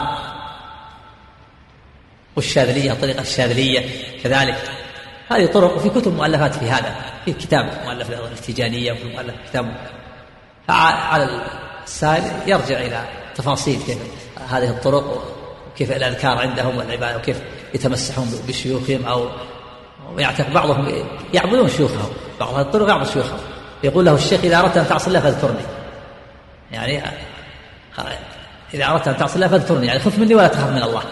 [SPEAKER 1] والشاذلية الطريقة الشاذلية كذلك، هذه طرق، وفي كتب مؤلفات في هذا، في كتاب مؤلف التيجانية وفي مؤلف كتاب. فعلى السائل يرجع إلى تفاصيل كيف هذه الطرق وكيف الأذكار عندهم والعبادة وكيف يتمسحون بشيوخهم، أو يعتقد بعضهم يعبدون شيوخهم، بعض هذه الطرق يعبد شيوخهم، يقول له الشيخ إذا أردت أن تعصي الله فاذكرني، يعني إذا أردت أن تعصي الله فاذكرني، يعني خف مني ولا تخاف من الله.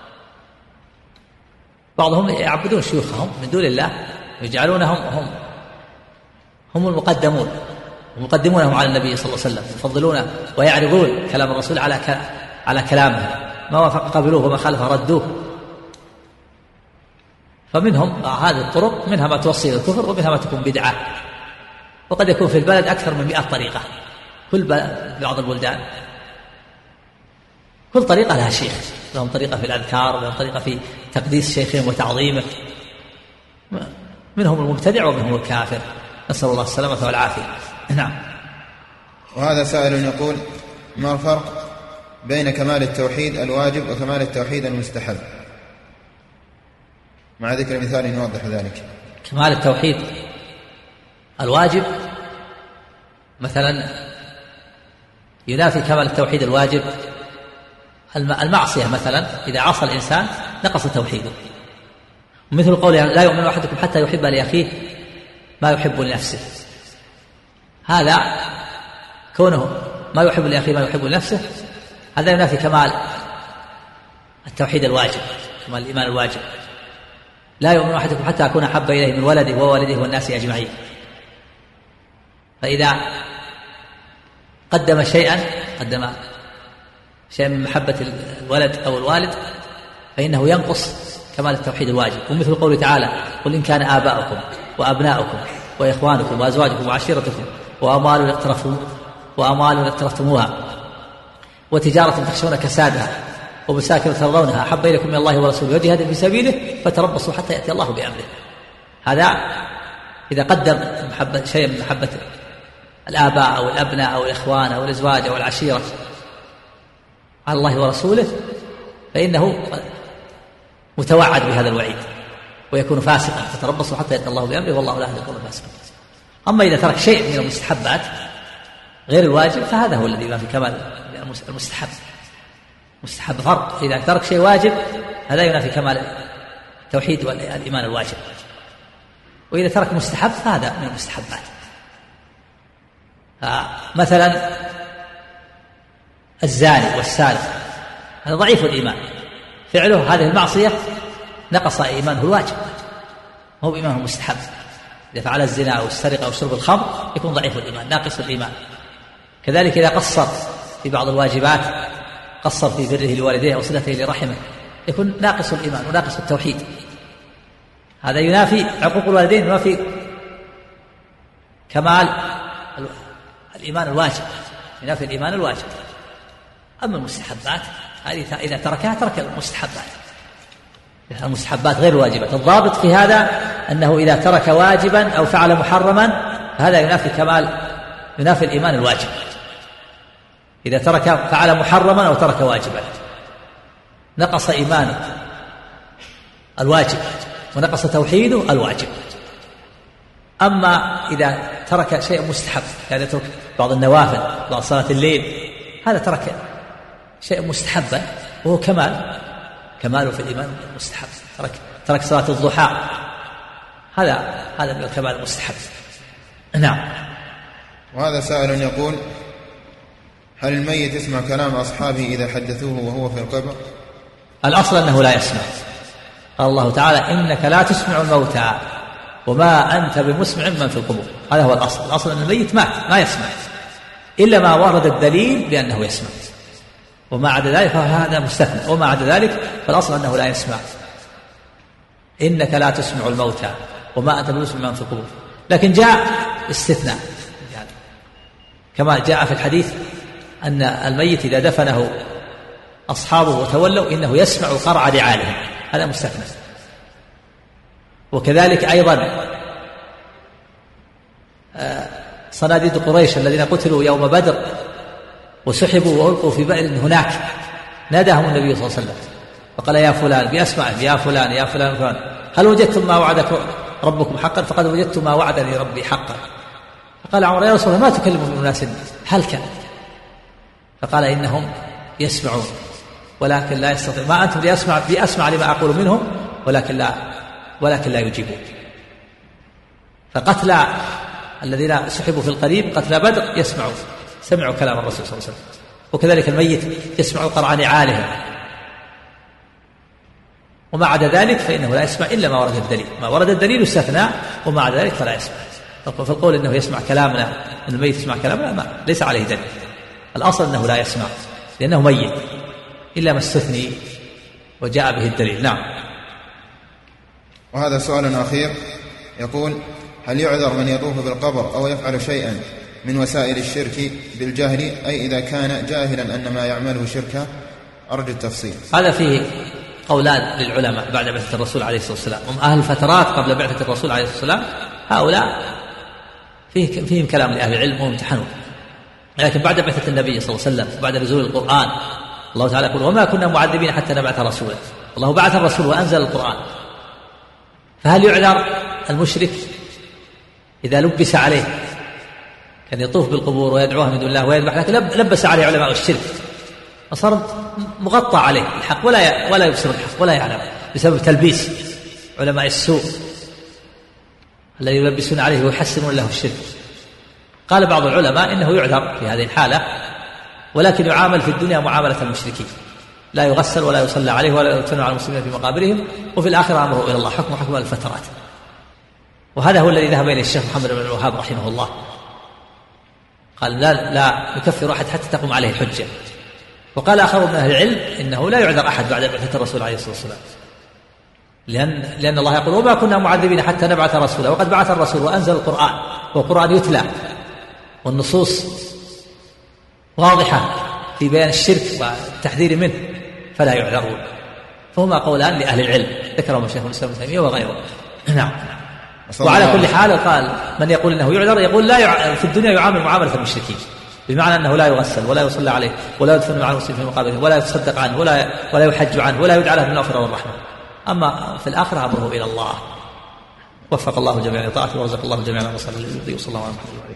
[SPEAKER 1] بعضهم يعبدون شيوخهم من دون الله ويجعلونهم هم هم المقدمون ومقدمونهم على النبي صلى الله عليه وسلم، يفضلون ويعرضون كلام الرسول على على كلامه، ما وافق قبلوه وما خالفه ردوه. فمنهم هذه الطرق، منها ما توصي إلى الكفر ومنها ما تكون بدعة، وقد يكون في البلد أكثر من مئة طريقة، كل بعض البلدان كل طريقة لها شيخ، لهم طريقة في الأذكار ولهم طريقة في تقديس شيخهم وتعظيمه، منهم المبتدع ومنهم الكافر، نسأل الله السلامة والعافية. نعم.
[SPEAKER 2] وهذا سائل يقول: ما الفرق بين كمال التوحيد الواجب وكمال التوحيد المستحب، مع ذكر مثال يوضح ذلك؟
[SPEAKER 1] كمال التوحيد الواجب مثلا ينافي كمال التوحيد الواجب المعصية، مثلا إذا عصى الإنسان نقص توحيده، مثل قوله لا يؤمن أحدكم حتى يحب لأخيه ما يحب لنفسه، هذا كونه ما يحب لأخيه ما يحب لنفسه هذا ينافي كمال التوحيد الواجب، كمال الإيمان الواجب. لا يؤمن أحدكم حتى أكون أحب إليه من ولده ووالده والناس أجمعين، فإذا قدم شيئا قدم شيئا من محبة الولد أو الوالد فإنه ينقص كمال التوحيد الواجب. ومثل قوله تعالى: قل إن كان آباؤكم وأبناؤكم وإخوانكم وأزواجكم وعشيرتكم وأموال اقترفتم وأموال اقترفتموها وتجارة تخشون كسادها ومساكن ترضونها أحب إليكم من الله ورسوله وجهاد في سبيله فتربصوا حتى يأتي الله بأمره. هذا إذا قدم محبة شيئا من محبة الآباء أو الأبناء أو الإخوان أو الأزواج أو العشيرة على الله ورسوله فإنه متوعد بهذا الوعيد ويكون فاسقا، فتربصوا حتى يأتي الله بأمره والله لا يهدي القوم الفاسقين. أما إذا ترك شيء من المستحبات غير الواجب فهذا هو الذي ينافي كمال المستحب. مستحب فرق، إذا ترك شيء واجب هذا ينافي كمال التوحيد والإيمان الواجب، وإذا ترك مستحب فهذا من المستحبات. مثلا الزاني والسارق هذا ضعيف الإيمان، فعله هذه المعصية نقص إيمانه الواجب، هو إيمانه مستحب. إذا فعل الزنا أو السرقة أو شرب الخمر يكون ضعيف الإيمان ناقص الإيمان. كذلك إذا قصر في بعض الواجبات، قصر في بره لوالديه أو صلته لرحمه، يكون ناقص الإيمان وناقص التوحيد. هذا ينافي عقوق الوالدين، ينافي كمال الإيمان الواجب، ينافي الإيمان الواجب. أما المستحبات هذه إذا تركها ترك المستحبات، المستحبات غير الواجبات. الضابط في هذا أنه إذا ترك واجبا أو فعل محرما هذا ينافي كمال ينافي الإيمان الواجب. إذا ترك فعل محرما أو ترك واجبا نقص إيمانه الواجب ونقص توحيده الواجب. أما إذا ترك شيء مستحب، يعني يترك بعض النوافل بعض صلاة الليل، هذا ترك شيء مستحبا وهو كمال كماله في الإيمان المستحب. ترك ترك صلاة الضحى، هذا هذا من الكمال المستحب. نعم.
[SPEAKER 2] وهذا سائل يقول: هل الميت يسمع كلام أصحابه إذا حدثوه وهو في القبر؟
[SPEAKER 1] الأصل أنه لا يسمع. قال الله تعالى: إنك لا تسمع الموتى وما أنت بمسمع من في القبور. هذا هو الأصل. الأصل أن الميت مات ما يسمع إلا ما ورد الدليل بأنه يسمع، وما عدا ذلك فهذا مستثنى، وما عدا ذلك فالأصل أنه لا يسمع. إنك لا تسمع الموتى وما أنت بمسمع من في القبور. لكن جاء استثناء يعني كما جاء في الحديث أن الميت إذا دفنه أصحابه وتولوا إنه يسمع قرع نعالهم، هذا مستثنى. وكذلك أيضا صناديد قريش الذين قتلوا يوم بدر وسحبوا وألقوا في بئر هناك، ناداهم النبي صلى الله عليه وسلم فقال: يا فلان، بأسمائهم، يا فلان يا فلان فلان، هل وجدتم ما وعدك ربكم حقا؟ فقد وجدت ما وعدني ربي حقا. فقال عمر: يا رسول الله، ما تكلم الناس هلكا؟ فقال: إنهم يسمعون ولكن لا يستطيع، ما أنتم بأسمع, بأسمع لما أقول منهم ولكن لا ولكن لا يجيبون. فقتل الذين سحبوا في القريب قتل بدر يسمعوا سمعوا كلام الرسول صلى الله عليه وسلم، وكذلك الميت يسمع قرع نعالهم، وما عدا ذلك فإنه لا يسمع إلا ما ورد الدليل، ما ورد الدليل استثنى، وما عدا ذلك فلا يسمع. فالقول إنه يسمع كلامنا، إن الميت يسمع كلامنا، ما ليس عليه دليل، الأصل أنه لا يسمع لأنه ميت إلا ما استثني وجاء به الدليل. نعم.
[SPEAKER 2] وهذا سؤال أخير يقول: هل يعذر من يطوف بالقبر أو يفعل شيئا من وسائل الشرك بالجهل، أي إذا كان جاهلا أن ما يعمله شركا؟ أرجو التفصيل.
[SPEAKER 1] هذا فيه قولان للعلماء بعد بعثة الرسول عليه الصلاة والسلام. هم أهل الفترات قبل بعثة الرسول عليه الصلاة والسلام هؤلاء فيه فيهم كلام لأهل العلم وامتحنوا، لكن بعد بعثة النبي صلى الله عليه وسلم وبعد نزول القرآن الله تعالى يقول: وما كنا معذبين حتى نبعث رسولا. الله بعث الرسول وأنزل القرآن، فهل يعذر المشرك إذا لبس عليه كان يطوف بالقبور ويدعوها من دون الله ويذبح، لكن لبس عليه علماء الشرك فصار مغطى عليه الحق ولا ولا يبصر الحق ولا يعلم بسبب تلبيس علماء السوء الذي يلبسون عليه ويحسنون له الشرك. قال بعض العلماء إنه يعذر في هذه الحالة، ولكن يعامل في الدنيا معاملة المشركين، لا يغسل ولا يصلى عليه ولا يدفن على المسلمين في مقابرهم، وفي الآخرة أمره إلى الله، حكم حكم الفترات. وهذا هو الذي ذهب إليه الشيخ محمد بن الوهاب رحمه الله، قال لا, لا يكفر أحد حتى تقوم عليه الحجة. وقال آخر من أهل العلم إنه لا يعذر أحد بعد بعثة الرسول عليه الصلاة والسلام، لأن, لأن الله يقول: وما كنا معذبين حتى نبعث رسولا، وقد بعث الرسول وأنزل القرآن، والقرآن يتلى والنصوص واضحة في بيان الشرك والتحذير منه، فلا يعذرون. فهما قولان لأهل العلم ذكرهم الشيخ الإسلام ابن تيمية وغيره. نعم. وعلى كل حال قال من يقول إنه يعذر يقول لا يع... في الدنيا يعامل معاملة المشركين، بمعنى أنه لا يغسل ولا يصلى عليه ولا يدفن مع المسلمين في مقابره ولا يتصدق عنه ولا ولا يحج عنه ولا يدعى له بالمغفرة والرحمة. أما في الآخرة أمره إلى الله. وفق الله جميعا لطاعته ورزق الله جميعا وصلى الله عليه وسلم.